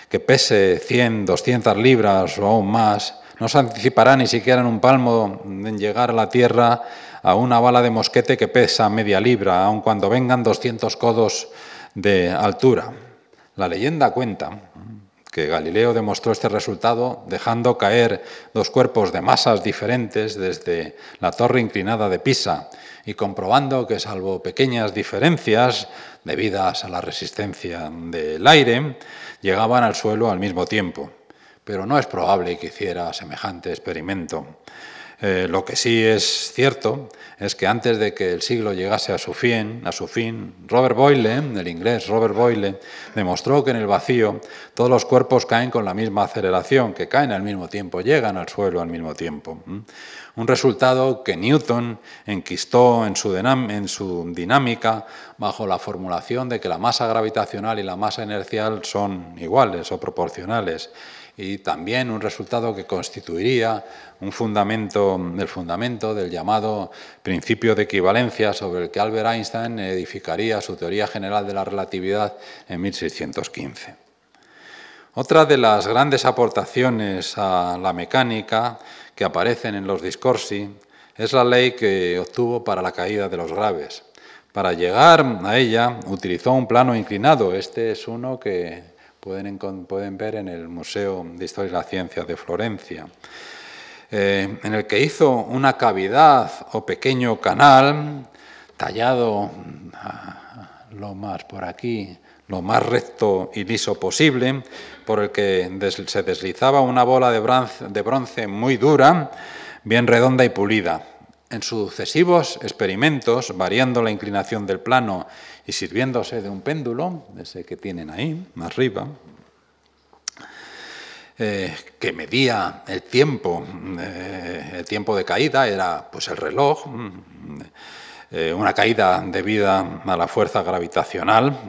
que pese cien, doscientas libras o aún más, no se anticipará ni siquiera en un palmo en llegar a la Tierra a una bala de mosquete que pesa media libra, aun cuando vengan doscientos codos de altura. La leyenda cuenta que Galileo demostró este resultado dejando caer dos cuerpos de masas diferentes desde la torre inclinada de Pisa y comprobando que, salvo pequeñas diferencias debidas a la resistencia del aire, llegaban al suelo al mismo tiempo. Pero no es probable que hiciera semejante experimento. Eh, lo que sí es cierto es que antes de que el siglo llegase a su fin, a su fin, Robert Boyle, el inglés Robert Boyle, demostró que en el vacío todos los cuerpos caen con la misma aceleración, que caen al mismo tiempo, llegan al suelo al mismo tiempo. Un resultado que Newton enquistó en su, en su dinámica bajo la formulación de que la masa gravitacional y la masa inercial son iguales o proporcionales. Y también un resultado que constituiría un fundamento, el fundamento del llamado principio de equivalencia sobre el que Albert Einstein edificaría su teoría general de la relatividad en mil seiscientos quince. Otra de las grandes aportaciones a la mecánica que aparecen en los discorsi es la ley que obtuvo para la caída de los graves. Para llegar a ella utilizó un plano inclinado. Este es uno que Pueden, pueden ver en el Museo de Historia y la Ciencia de Florencia, eh, en el que hizo una cavidad o pequeño canal tallado a, lo más por aquí, lo más recto y liso posible, por el que des, se deslizaba una bola de bronce, de bronce muy dura, bien redonda y pulida. En sucesivos experimentos, variando la inclinación del plano y sirviéndose de un péndulo, ese que tienen ahí, más arriba, eh, que medía el tiempo, eh, el tiempo de caída, era pues el reloj, eh, una caída debida a la fuerza gravitacional.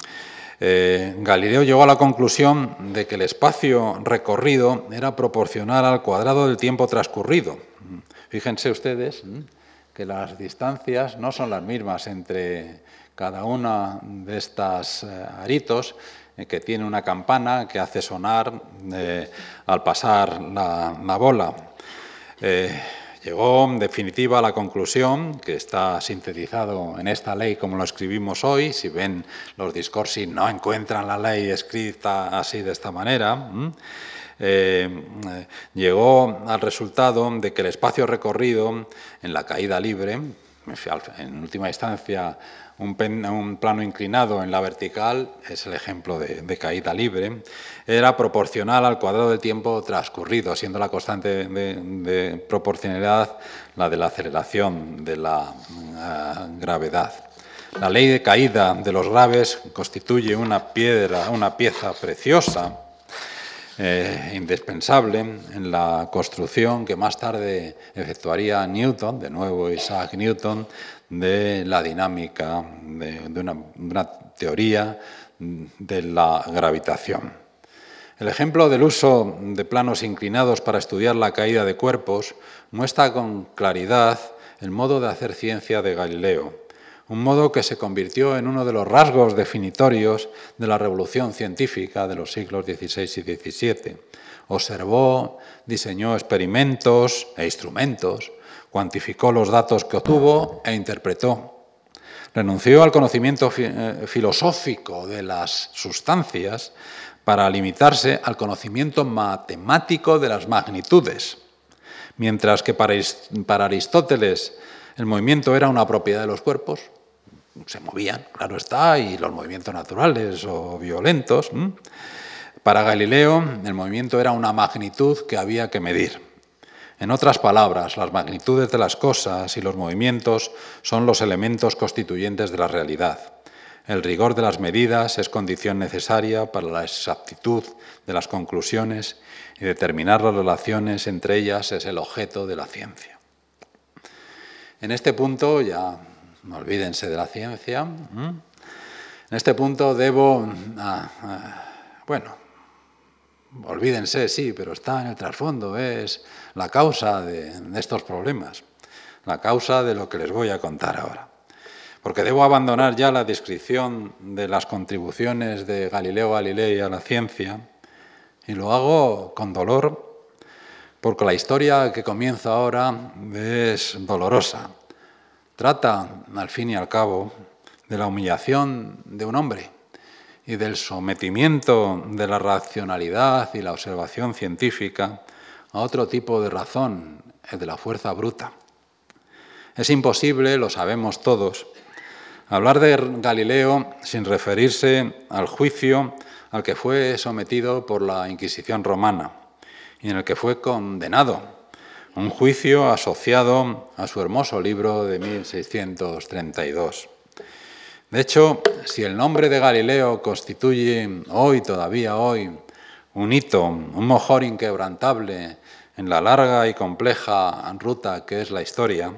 Eh, Galileo llegó a la conclusión de que el espacio recorrido era proporcional al cuadrado del tiempo transcurrido. Fíjense ustedes que las distancias no son las mismas entre cada una de estas eh, aritos, eh, que tiene una campana que hace sonar eh, al pasar la, la bola. Eh, llegó en definitiva a la conclusión, que está sintetizado en esta ley como lo escribimos hoy. Si ven los discorsi no encuentran la ley escrita así de esta manera. ¿Mm? Eh, eh, llegó al resultado de que el espacio recorrido en la caída libre, en última instancia un, pen, un plano inclinado en la vertical, es el ejemplo de, de caída libre, era proporcional al cuadrado del tiempo transcurrido, siendo la constante de, de proporcionalidad la de la aceleración de la uh, gravedad. La ley de caída de los graves constituye una piedra, una pieza preciosa, Eh, indispensable en la construcción que más tarde efectuaría Newton, de nuevo Isaac Newton, de la dinámica, de, de una, una teoría de la gravitación. El ejemplo del uso de planos inclinados para estudiar la caída de cuerpos muestra con claridad el modo de hacer ciencia de Galileo, un modo que se convirtió en uno de los rasgos definitorios de la revolución científica de los siglos dieciséis y diecisiete. Observó, diseñó experimentos e instrumentos, cuantificó los datos que obtuvo e interpretó. Renunció al conocimiento fi- eh, filosófico de las sustancias para limitarse al conocimiento matemático de las magnitudes, mientras que para, para Aristóteles el movimiento era una propiedad de los cuerpos. Se movían, claro está, y los movimientos naturales o violentos. Para Galileo, el movimiento era una magnitud que había que medir. En otras palabras, las magnitudes de las cosas y los movimientos son los elementos constituyentes de la realidad. El rigor de las medidas es condición necesaria para la exactitud de las conclusiones y determinar las relaciones entre ellas es el objeto de la ciencia. En este punto, ya no olvídense de la ciencia, en este punto debo, ah, ah, bueno, olvídense, sí, pero está en el trasfondo, es la causa de, de estos problemas, la causa de lo que les voy a contar ahora. Porque debo abandonar ya la descripción de las contribuciones de Galileo Galilei a la ciencia Y lo hago con dolor, porque la historia que comienza ahora es dolorosa. Trata, al fin y al cabo, de la humillación de un hombre y del sometimiento de la racionalidad y la observación científica a otro tipo de razón, el de la fuerza bruta. Es imposible, lo sabemos todos, hablar de Galileo sin referirse al juicio al que fue sometido por la Inquisición romana y en el que fue condenado, un juicio asociado a su hermoso libro de mil seiscientos treinta y dos. De hecho, si el nombre de Galileo constituye hoy, todavía hoy, un hito, un mojón inquebrantable en la larga y compleja ruta que es la historia,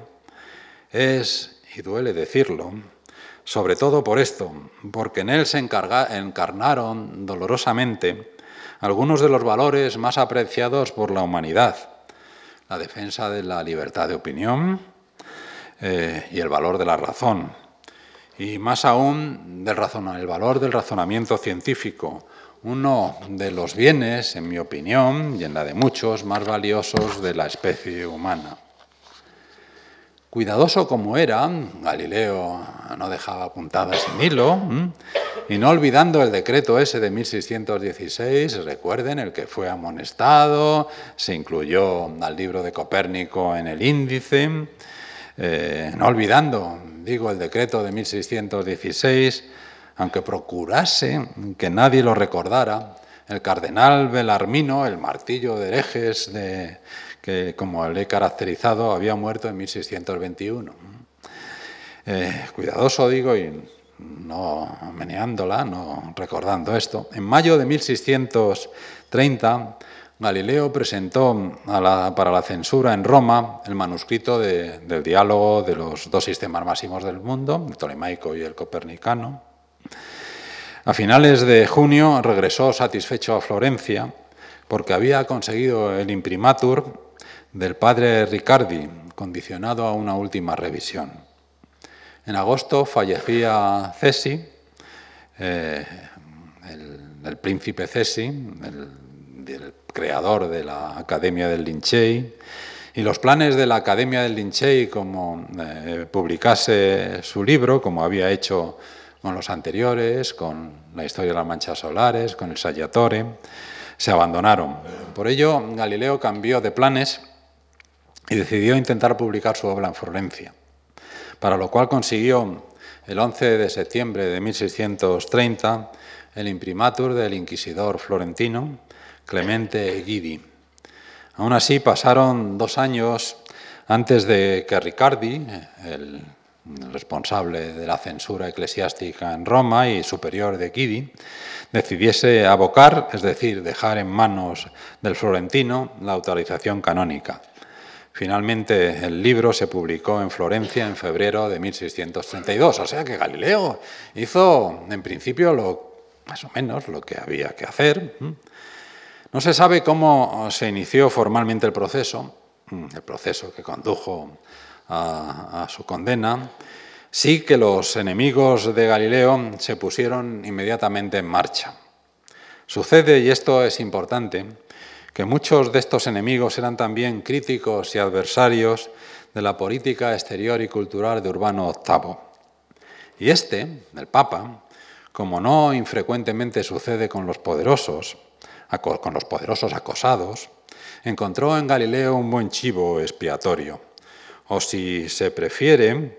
es, y duele decirlo, sobre todo por esto, porque en él se encarga, encarnaron dolorosamente algunos de los valores más apreciados por la humanidad: la defensa de la libertad de opinión eh, y el valor de la razón, y más aún del razón, el valor del razonamiento científico, uno de los bienes, en mi opinión, y en la de muchos, más valiosos de la especie humana. Cuidadoso como era, Galileo no dejaba puntadas sin hilo, y no olvidando el decreto ese de mil seiscientos dieciséis, recuerden, el que fue amonestado, se incluyó al libro de Copérnico en el índice, eh, no olvidando, digo, el decreto de mil seiscientos dieciséis, aunque procurase que nadie lo recordara, el cardenal Belarmino, el martillo de herejes de... que, como le he caracterizado, había muerto en mil seiscientos veintiuno. Eh, cuidadoso, digo, y no meneándola, no recordando esto. En mayo de mil seiscientos treinta, Galileo presentó a la, para la censura en Roma el manuscrito de, del diálogo de los dos sistemas máximos del mundo, el tolemaico y el copernicano. A finales de junio regresó satisfecho a Florencia porque había conseguido el imprimatur del padre Riccardi, condicionado a una última revisión. En agosto fallecía Cesi, eh, el, el príncipe Cesi, el, el creador de la Academia del Lincei, y los planes de la Academia del Lincei, como eh, publicase su libro, como había hecho con los anteriores, con la historia de las manchas solares, con el Saggiatore, se abandonaron. Por ello, Galileo cambió de planes y decidió intentar publicar su obra en Florencia, para lo cual consiguió el once de septiembre de mil seiscientos treinta el imprimatur del inquisidor florentino Clemente Guidi. Aún así, pasaron dos años antes de que Riccardi, el responsable de la censura eclesiástica en Roma y superior de Guidi, decidiese abocar, es decir, dejar en manos del florentino la autorización canónica. Finalmente, el libro se publicó en Florencia en febrero de mil seiscientos treinta y dos, o sea que Galileo hizo, en principio, lo, más o menos lo que había que hacer. No se sabe cómo se inició formalmente el proceso, el proceso que condujo a, a su condena. Sí que los enemigos de Galileo se pusieron inmediatamente en marcha. Sucede, y esto es importante, que muchos de estos enemigos eran también críticos y adversarios de la política exterior y cultural de Urbano octavo. Y este, el Papa, como no infrecuentemente sucede con los poderosos, con los poderosos acosados, encontró en Galileo un buen chivo expiatorio, o si se prefiere,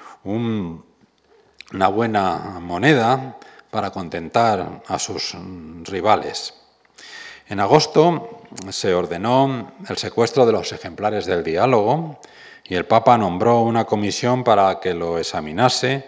un, una buena moneda para contentar a sus rivales. En agosto se ordenó el secuestro de los ejemplares del diálogo y el Papa nombró una comisión para que lo examinase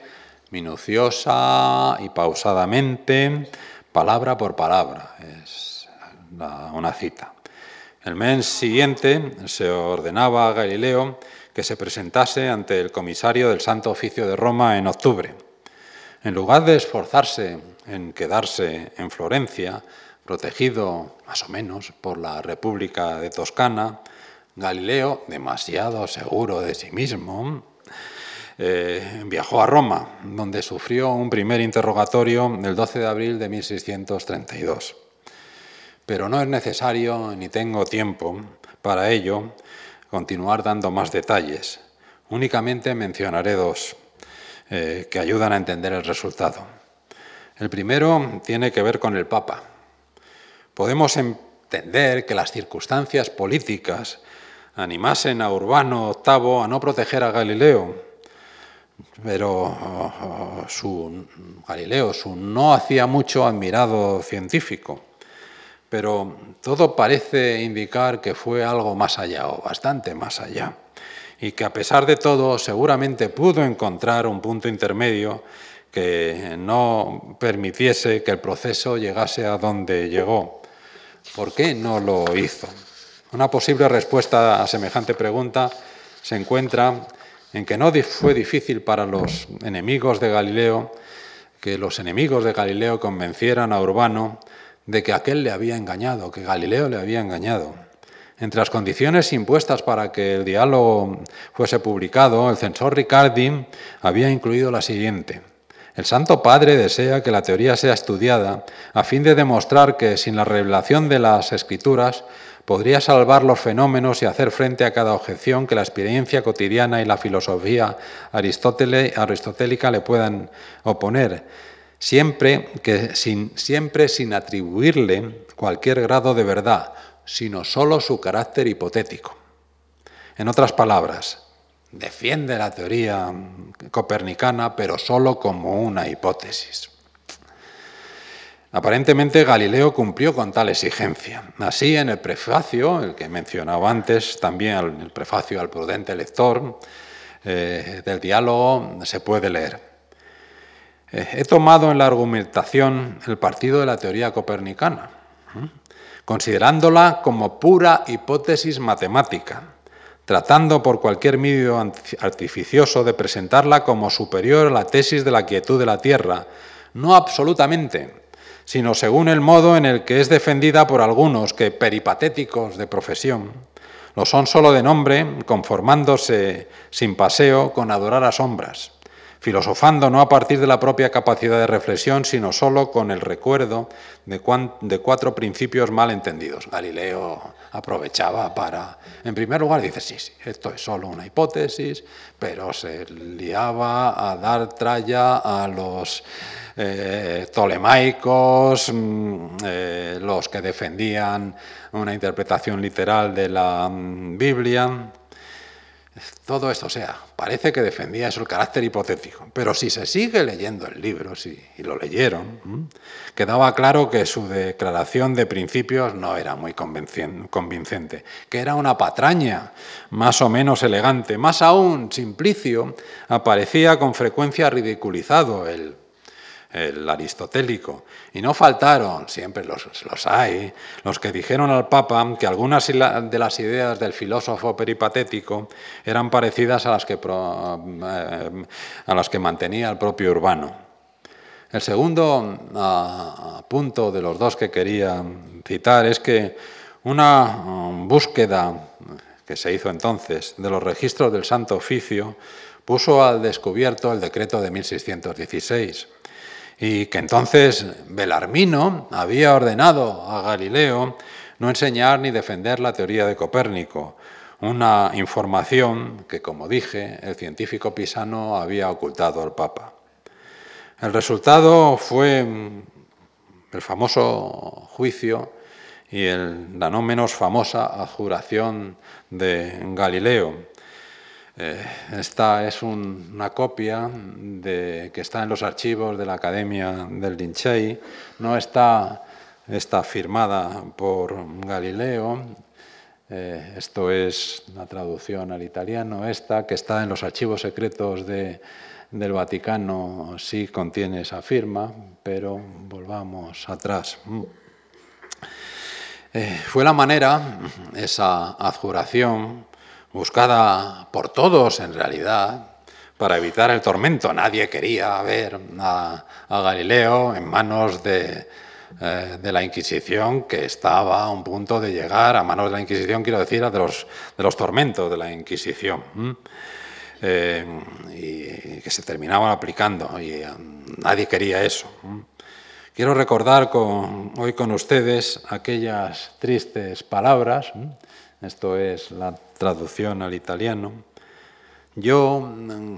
minuciosa y pausadamente, palabra por palabra. Es una cita. El mes siguiente se ordenaba a Galileo que se presentase ante el comisario del Santo Oficio de Roma en octubre. En lugar de esforzarse en quedarse en Florencia, protegido más o menos por la República de Toscana, Galileo, demasiado seguro de sí mismo, eh, viajó a Roma, donde sufrió un primer interrogatorio el doce de abril de mil seiscientos treinta y dos. pero no es necesario ni tengo tiempo para ello continuar dando más detalles. Únicamente mencionaré dos eh, que ayudan a entender el resultado. El primero tiene que ver con el Papa. Podemos entender que las circunstancias políticas animasen a Urbano octavo a no proteger a Galileo, pero uh, su, Galileo, su no hacía mucho admirado científico, pero todo parece indicar que fue algo más allá, o bastante más allá, y que a pesar de todo seguramente pudo encontrar un punto intermedio que no permitiese que el proceso llegase a donde llegó. ¿Por qué no lo hizo? Una posible respuesta a semejante pregunta se encuentra en que no fue difícil para los enemigos de Galileo que los enemigos de Galileo convencieran a Urbano de que aquél le había engañado, que Galileo le había engañado. Entre las condiciones impuestas para que el diálogo fuese publicado, el censor Ricardi había incluido la siguiente: el Santo Padre desea que la teoría sea estudiada a fin de demostrar que sin la revelación de las Escrituras podría salvar los fenómenos y hacer frente a cada objeción que la experiencia cotidiana y la filosofía aristotélica le puedan oponer, siempre, que sin, siempre sin atribuirle cualquier grado de verdad, sino solo su carácter hipotético. En otras palabras, defiende la teoría copernicana, pero solo como una hipótesis. Aparentemente Galileo cumplió con tal exigencia. Así, en el prefacio, el que mencionaba antes, también en el prefacio al prudente lector eh, del diálogo, se puede leer: eh, he tomado en la argumentación el partido de la teoría copernicana, ¿eh? considerándola como pura hipótesis matemática, tratando por cualquier medio artificioso de presentarla como superior a la tesis de la quietud de la Tierra, no absolutamente, sino según el modo en el que es defendida por algunos que, peripatéticos de profesión, lo son solo de nombre, conformándose sin paseo con adorar a sombras, filosofando no a partir de la propia capacidad de reflexión, sino solo con el recuerdo de, de cuatro principios mal entendidos. Galileo aprovechaba para, en primer lugar, dice, sí, sí, esto es solo una hipótesis, pero se liaba a dar tralla a los eh, tolemaicos, eh, los que defendían una interpretación literal de la mm, Biblia. Todo esto, o sea, parece que defendía eso, el carácter hipotético, pero si se sigue leyendo el libro, si, y lo leyeron, ¿m? quedaba claro que su declaración de principios no era muy convincente, que era una patraña más o menos elegante. Más aún, Simplicio aparecía con frecuencia ridiculizado el el aristotélico, y no faltaron, siempre los, los hay, los que dijeron al Papa que algunas de las ideas del filósofo peripatético eran parecidas a las que, a las que mantenía el propio Urbano. El segundo uh, punto de los dos que quería citar es que una um, búsqueda que se hizo entonces de los registros del Santo Oficio puso al descubierto el decreto de mil seiscientos dieciséis, y que entonces Belarmino había ordenado a Galileo no enseñar ni defender la teoría de Copérnico, una información que, como dije, el científico pisano había ocultado al Papa. El resultado fue el famoso juicio y el, la no menos famosa adjuración de Galileo. Eh, esta es un, una copia de, que está en los archivos de la Academia del Lincei. No está, está firmada por Galileo. Eh, esto es la traducción al italiano. Esta, que está en los archivos secretos de, del Vaticano, sí contiene esa firma, pero volvamos atrás. Eh, fue la manera, esa adjuración, buscada por todos en realidad, para evitar el tormento. Nadie quería ver a, a Galileo en manos de, eh, de la Inquisición, que estaba a un punto de llegar a manos de la Inquisición, quiero decir, a de los, de los tormentos de la Inquisición, ¿Mm? eh, y que se terminaban aplicando, y eh, nadie quería eso. ¿Mm? Quiero recordar con, hoy con ustedes aquellas tristes palabras, esto es la traducción al italiano. Yo,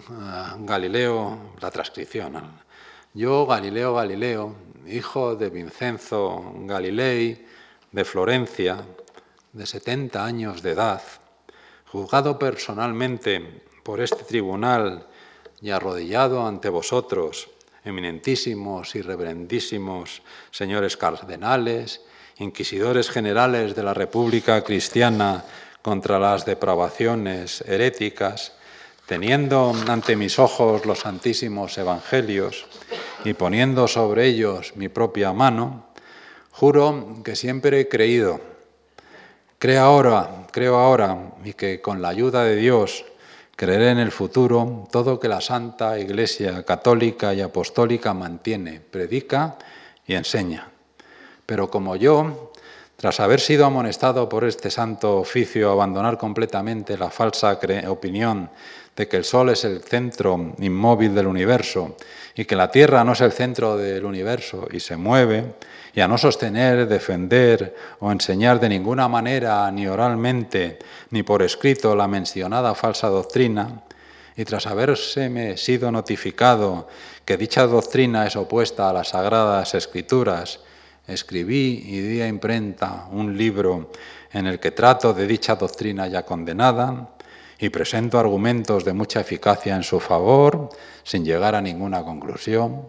Galileo, la transcripción, yo, Galileo Galileo, hijo de Vincenzo Galilei, de Florencia, de setenta años de edad, juzgado personalmente por este tribunal y arrodillado ante vosotros, eminentísimos y reverendísimos señores cardenales, inquisidores generales de la República Cristiana contra las depravaciones heréticas, teniendo ante mis ojos los santísimos evangelios y poniendo sobre ellos mi propia mano, juro que siempre he creído, creo ahora, creo ahora y que con la ayuda de Dios creeré en el futuro todo que la Santa Iglesia Católica y Apostólica mantiene, predica y enseña. Pero como yo, tras haber sido amonestado por este santo oficio a abandonar completamente la falsa opinión de que el Sol es el centro inmóvil del universo y que la Tierra no es el centro del universo y se mueve, y a no sostener, defender o enseñar de ninguna manera, ni oralmente, ni por escrito, la mencionada falsa doctrina, y tras habérseme sido notificado que dicha doctrina es opuesta a las Sagradas Escrituras, escribí y di a imprenta un libro en el que trato de dicha doctrina ya condenada y presento argumentos de mucha eficacia en su favor, sin llegar a ninguna conclusión.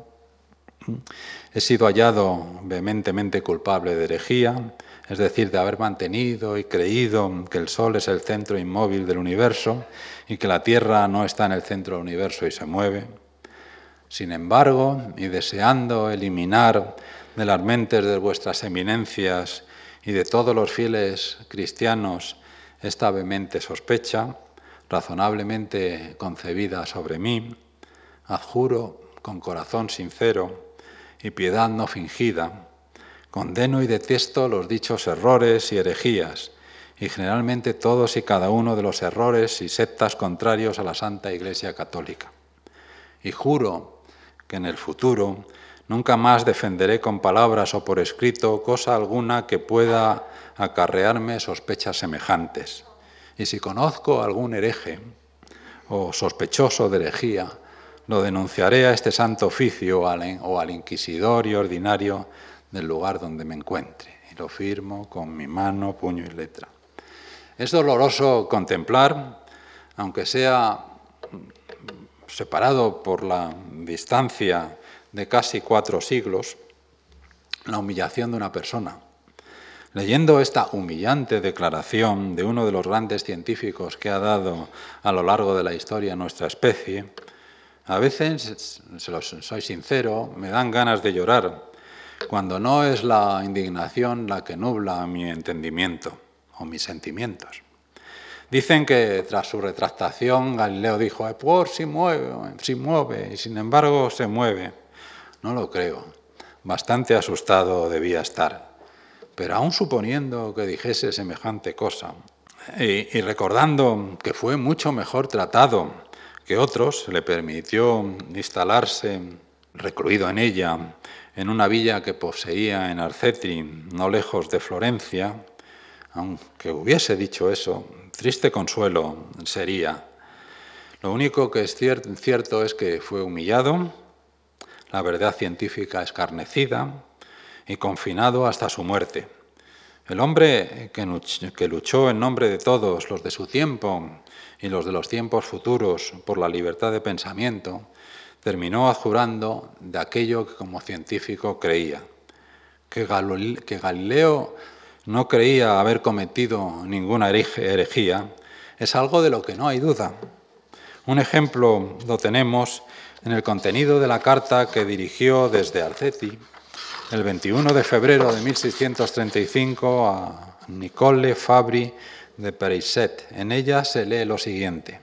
He sido hallado vehementemente culpable de herejía, es decir, de haber mantenido y creído que el Sol es el centro inmóvil del universo y que la Tierra no está en el centro del universo y se mueve. Sin embargo, y deseando eliminar de las mentes de vuestras eminencias y de todos los fieles cristianos esta vehemente sospecha, razonablemente concebida sobre mí, adjuro con corazón sincero y piedad no fingida, condeno y detesto los dichos errores y herejías, y generalmente todos y cada uno de los errores y sectas contrarios a la Santa Iglesia Católica. Y juro que en el futuro nunca más defenderé con palabras o por escrito cosa alguna que pueda acarrearme sospechas semejantes. Y si conozco algún hereje o sospechoso de herejía, lo denunciaré a este santo oficio o al inquisidor y ordinario del lugar donde me encuentre. Y lo firmo con mi mano, puño y letra. Es doloroso contemplar, aunque sea separado por la distancia de casi cuatro siglos, la humillación de una persona. Leyendo esta humillante declaración de uno de los grandes científicos que ha dado a lo largo de la historia nuestra especie, a veces, se los soy sincero, me dan ganas de llorar, cuando no es la indignación la que nubla mi entendimiento o mis sentimientos. Dicen que tras su retractación Galileo dijo, pues si mueve, si mueve, y sin embargo se mueve. No lo creo, bastante asustado debía estar. Pero aún suponiendo que dijese semejante cosa, y, y recordando que fue mucho mejor tratado que otros, le permitió instalarse recluido en ella, en una villa que poseía en Arcetri, no lejos de Florencia, aunque hubiese dicho eso, triste consuelo sería. Lo único que es cierto es que fue humillado, la verdad científica escarnecida y confinado hasta su muerte. El hombre que luchó en nombre de todos los de su tiempo y los de los tiempos futuros por la libertad de pensamiento, terminó adjurando de aquello que como científico creía. Que Galileo no creía haber cometido ninguna herejía es algo de lo que no hay duda. Un ejemplo lo tenemos en el contenido de la carta que dirigió desde Arcetri el veintiuno de febrero de mil seiscientos treinta y cinco a Nicole Fabri de Perisset. En ella se lee lo siguiente.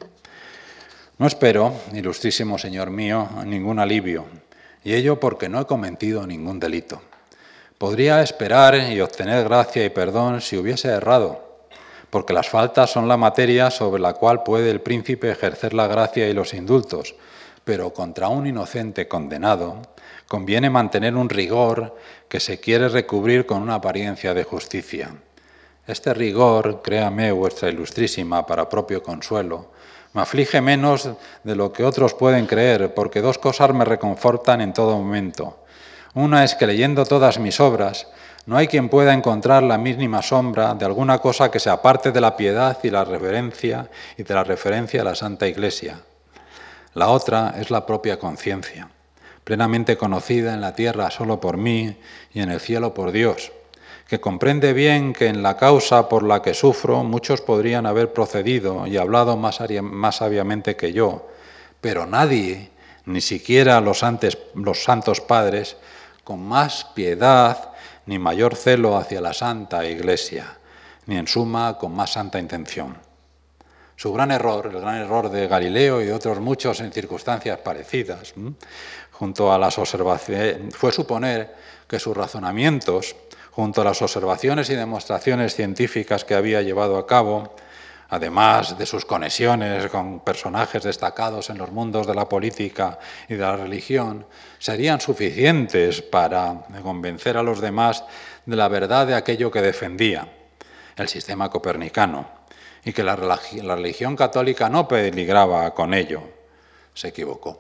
No espero, ilustrísimo señor mío, ningún alivio, y ello porque no he cometido ningún delito. Podría esperar y obtener gracia y perdón si hubiese errado, porque las faltas son la materia sobre la cual puede el príncipe ejercer la gracia y los indultos, pero contra un inocente condenado, conviene mantener un rigor que se quiere recubrir con una apariencia de justicia. Este rigor, créame, vuestra ilustrísima, para propio consuelo, me aflige menos de lo que otros pueden creer, porque dos cosas me reconfortan en todo momento. Una es que leyendo todas mis obras, no hay quien pueda encontrar la mínima sombra de alguna cosa que se aparte de la piedad y la reverencia y de la referencia a la Santa Iglesia. La otra es la propia conciencia, plenamente conocida en la tierra solo por mí y en el cielo por Dios, que comprende bien que en la causa por la que sufro muchos podrían haber procedido y hablado más, más sabiamente que yo, pero nadie, ni siquiera los, antes, los santos padres, con más piedad ni mayor celo hacia la Santa Iglesia, ni en suma con más santa intención. Su gran error, el gran error de Galileo y de otros muchos en circunstancias parecidas, ¿m? junto a las observaciones, fue suponer que sus razonamientos, junto a las observaciones y demostraciones científicas que había llevado a cabo, además de sus conexiones con personajes destacados en los mundos de la política y de la religión, serían suficientes para convencer a los demás de la verdad de aquello que defendía, el sistema copernicano, y que la religión católica no peligraba con ello. Se equivocó.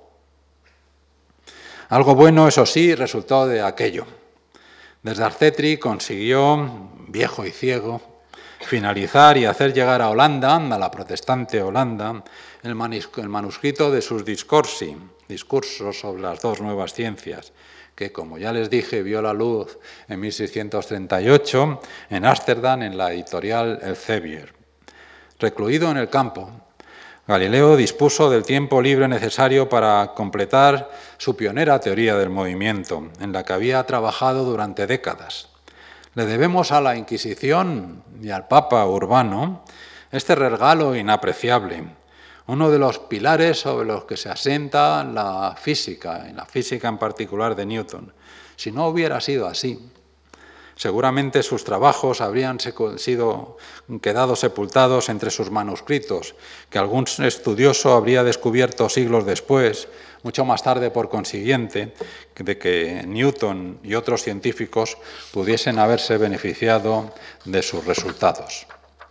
Algo bueno, eso sí, resultó de aquello. Desde Arcetri consiguió, viejo y ciego, finalizar y hacer llegar a Holanda, a la protestante Holanda, el manuscrito de sus discorsi, discursos sobre las dos nuevas ciencias, que, como ya les dije, vio la luz en mil seiscientos treinta y ocho en Ámsterdam, en la editorial Elsevier. Recluido en el campo, Galileo dispuso del tiempo libre necesario para completar su pionera teoría del movimiento, en la que había trabajado durante décadas. Le debemos a la Inquisición y al Papa Urbano este regalo inapreciable, uno de los pilares sobre los que se asienta la física, y la física en particular de Newton. Si no hubiera sido así, seguramente sus trabajos habrían sido quedado sepultados entre sus manuscritos, que algún estudioso habría descubierto siglos después, mucho más tarde por consiguiente, de que Newton y otros científicos pudiesen haberse beneficiado de sus resultados.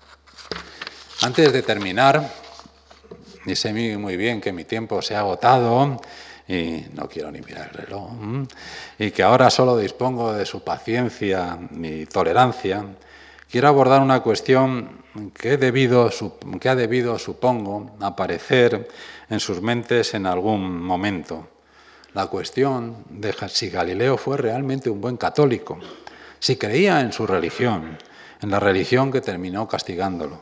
Antes de terminar, y sé muy bien que mi tiempo se ha agotado, y no quiero ni mirar el reloj, y que ahora solo dispongo de su paciencia y tolerancia, quiero abordar una cuestión que, he debido, que ha debido, supongo, aparecer en sus mentes en algún momento. La cuestión de si Galileo fue realmente un buen católico, si creía en su religión, en la religión que terminó castigándolo.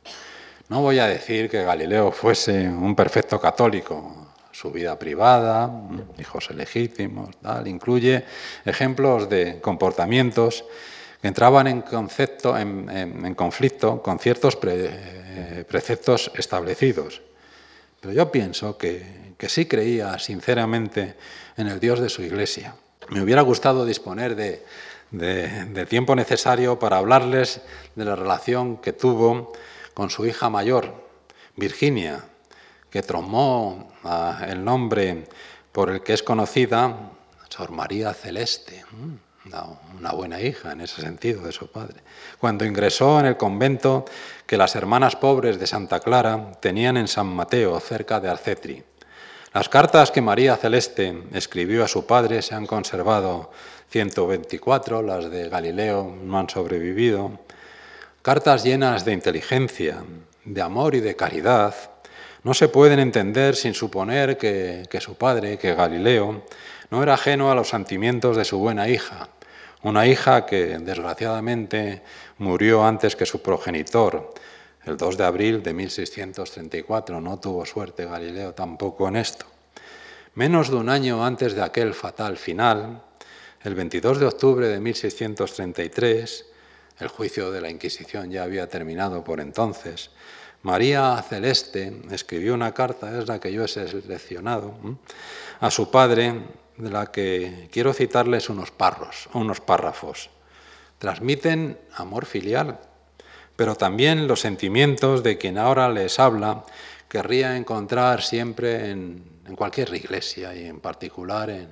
No voy a decir que Galileo fuese un perfecto católico. Su vida privada, hijos ilegítimos, tal, incluye ejemplos de comportamientos que entraban en, concepto, en, en, en conflicto con ciertos pre, eh, preceptos establecidos. Pero yo pienso que, que sí creía sinceramente en el Dios de su Iglesia. Me hubiera gustado disponer de, de, de tiempo necesario para hablarles de la relación que tuvo con su hija mayor, Virginia, que tomó uh, el nombre por el que es conocida, Sor María Celeste, una, una buena hija en ese sentido de su padre, cuando ingresó en el convento que las hermanas pobres de Santa Clara tenían en San Mateo, cerca de Arcetri. Las cartas que María Celeste escribió a su padre se han conservado ciento veinticuatro, las de Galileo no han sobrevivido, cartas llenas de inteligencia, de amor y de caridad. No se pueden entender sin suponer que, que su padre, que Galileo, no era ajeno a los sentimientos de su buena hija, una hija que desgraciadamente murió antes que su progenitor, el dos de abril de mil seiscientos treinta y cuatro. No tuvo suerte Galileo tampoco en esto. Menos de un año antes de aquel fatal final, el veintidós de octubre de mil seiscientos treinta y tres, el juicio de la Inquisición ya había terminado por entonces, María Celeste escribió una carta, es la que yo he seleccionado, a su padre, de la que quiero citarles unos, parros, unos párrafos. Transmiten amor filial, pero también los sentimientos de quien ahora les habla querría encontrar siempre en, en cualquier iglesia y en particular en,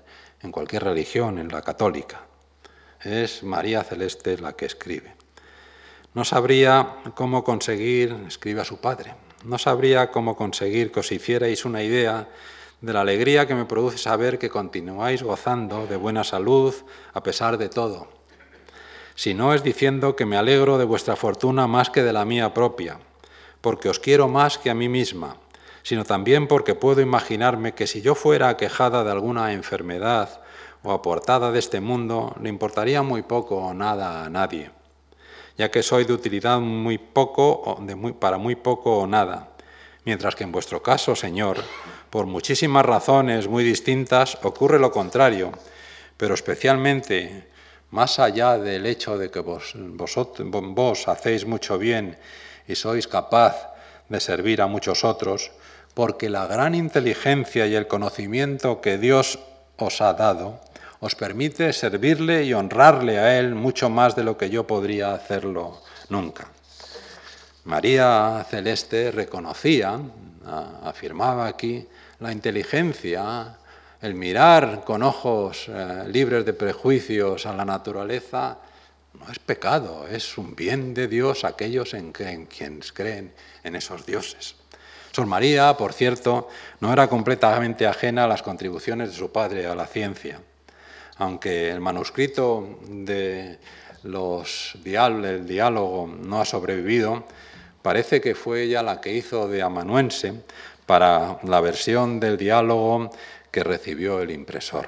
en cualquier religión, en la católica. Es María Celeste la que escribe. No sabría cómo conseguir, escribe a su padre, no sabría cómo conseguir que os hicierais una idea de la alegría que me produce saber que continuáis gozando de buena salud a pesar de todo. Si no es diciendo que me alegro de vuestra fortuna más que de la mía propia, porque os quiero más que a mí misma, sino también porque puedo imaginarme que si yo fuera aquejada de alguna enfermedad o aportada de este mundo, le importaría muy poco o nada a nadie, ya que soy de utilidad muy poco o de muy, para muy poco o nada, mientras que en vuestro caso, Señor, por muchísimas razones muy distintas, ocurre lo contrario, pero especialmente, más allá del hecho de que vos, vosotros, vos hacéis mucho bien y sois capaz de servir a muchos otros, porque la gran inteligencia y el conocimiento que Dios os ha dado os permite servirle y honrarle a Él mucho más de lo que yo podría hacerlo nunca. María Celeste reconocía, afirmaba aquí, la inteligencia, el mirar con ojos eh, libres de prejuicios a la naturaleza, no es pecado, es un bien de Dios aquellos en, que, en quienes creen en esos dioses. Sor María, por cierto, no era completamente ajena a las contribuciones de su padre a la ciencia. Aunque el manuscrito de los diál- el diálogo no ha sobrevivido, parece que fue ella la que hizo de amanuense para la versión del diálogo que recibió el impresor.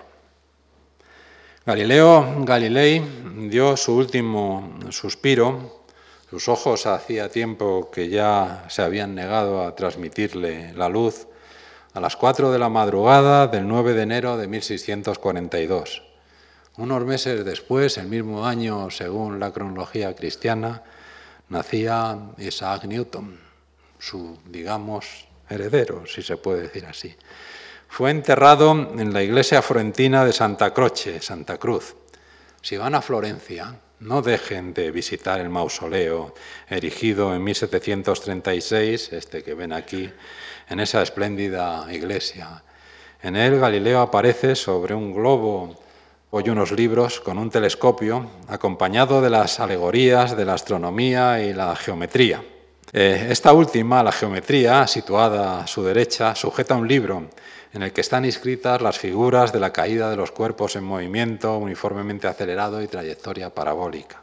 Galileo Galilei dio su último suspiro. Sus ojos hacía tiempo que ya se habían negado a transmitirle la luz a las cuatro de la madrugada del nueve de enero de mil seiscientos cuarenta y dos. Unos meses después, el mismo año, según la cronología cristiana, nacía Isaac Newton, su, digamos, heredero, si se puede decir así. Fue enterrado en la iglesia florentina de Santa Croce, Santa Cruz. Si van a Florencia, no dejen de visitar el mausoleo erigido en mil setecientos treinta y seis, este que ven aquí, en esa espléndida iglesia. En él Galileo aparece sobre un globo y unos libros con un telescopio, acompañado de las alegorías de la astronomía y la geometría. Eh, esta última, la geometría, situada a su derecha, sujeta un libro en el que están inscritas las figuras de la caída de los cuerpos en movimiento uniformemente acelerado y trayectoria parabólica.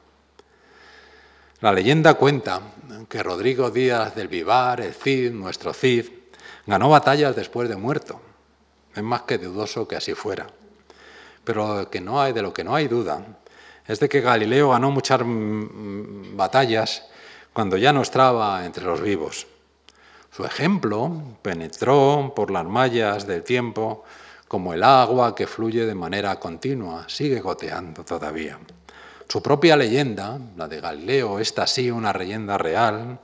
La leyenda cuenta que Rodrigo Díaz del Vivar, el Cid, nuestro Cid, ganó batallas después de muerto. Es más que dudoso que así fuera. Pero lo que no hay, de lo que no hay duda es de que Galileo ganó muchas batallas cuando ya no estaba entre los vivos. Su ejemplo penetró por las mallas del tiempo como el agua que fluye de manera continua, sigue goteando todavía. Su propia leyenda, la de Galileo, esta sí una leyenda real,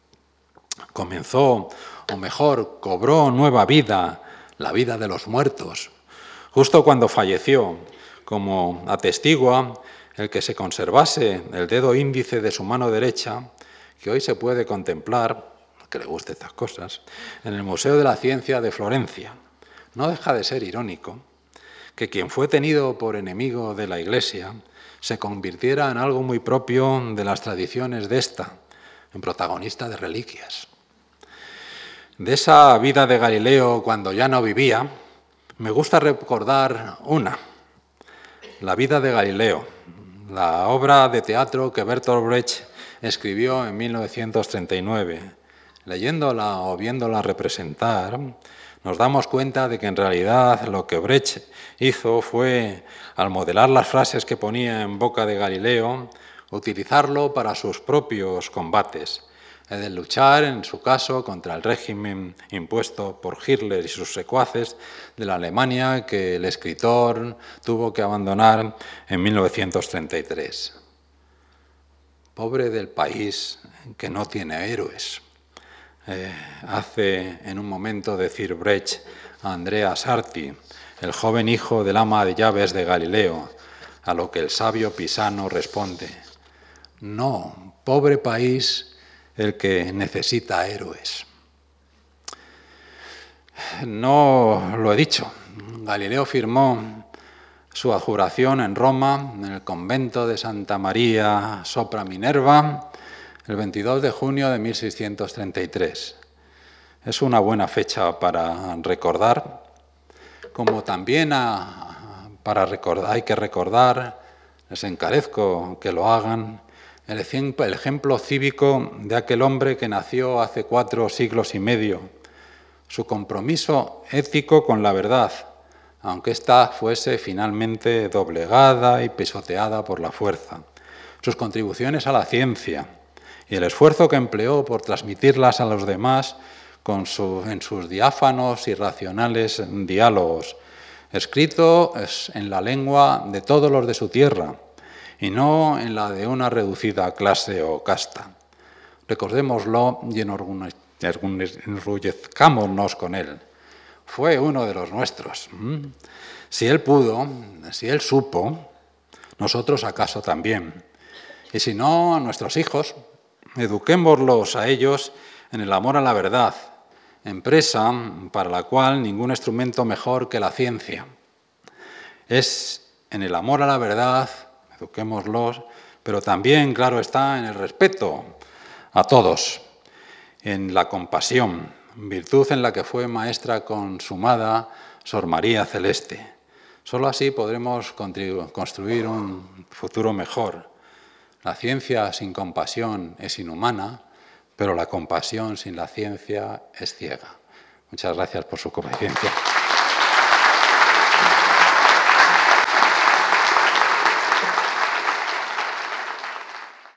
comenzó, o mejor, cobró nueva vida, la vida de los muertos, justo cuando falleció, como atestigua el que se conservase el dedo índice de su mano derecha, que hoy se puede contemplar, que le guste estas cosas, en el Museo de la Ciencia de Florencia. No deja de ser irónico que quien fue tenido por enemigo de la Iglesia se convirtiera en algo muy propio de las tradiciones de esta, en protagonista de reliquias. De esa vida de Galileo cuando ya no vivía, me gusta recordar una, La vida de Galileo, la obra de teatro que Bertolt Brecht escribió en mil novecientos treinta y nueve. Leyéndola o viéndola representar, nos damos cuenta de que en realidad lo que Brecht hizo fue, al modelar las frases que ponía en boca de Galileo, utilizarlo para sus propios combates, de luchar, en su caso, contra el régimen impuesto por Hitler y sus secuaces de la Alemania que el escritor tuvo que abandonar en mil novecientos treinta y tres. Pobre del país que no tiene héroes. Eh, hace en un momento decir Brecht a Andrea Sarti, el joven hijo del ama de llaves de Galileo, a lo que el sabio Pisano responde: no, pobre país el que necesita héroes. No lo he dicho. Galileo firmó su adjuración en Roma, en el convento de Santa María sopra Minerva, el veintidós de junio de mil seiscientos treinta y tres. Es una buena fecha para recordar, como también a, para recordar, hay que recordar, les encarezco que lo hagan, el ejemplo cívico de aquel hombre que nació hace cuatro siglos y medio, su compromiso ético con la verdad, aunque ésta fuese finalmente doblegada y pisoteada por la fuerza, sus contribuciones a la ciencia y el esfuerzo que empleó por transmitirlas a los demás con su, en sus diáfanos y racionales diálogos, escrito en la lengua de todos los de su tierra y no en la de una reducida clase o casta. Recordémoslo y enorgullezcámonos con él. Fue uno de los nuestros. Si él pudo, si él supo, nosotros acaso también. Y si no, a nuestros hijos, eduquémoslos a ellos en el amor a la verdad, empresa para la cual ningún instrumento mejor que la ciencia. Es en el amor a la verdad, eduquémoslos, pero también, claro está, en el respeto a todos, en la compasión, virtud en la que fue maestra consumada Sor María Celeste. Solo así podremos construir un futuro mejor. La ciencia sin compasión es inhumana, pero la compasión sin la ciencia es ciega. Muchas gracias por su competencia.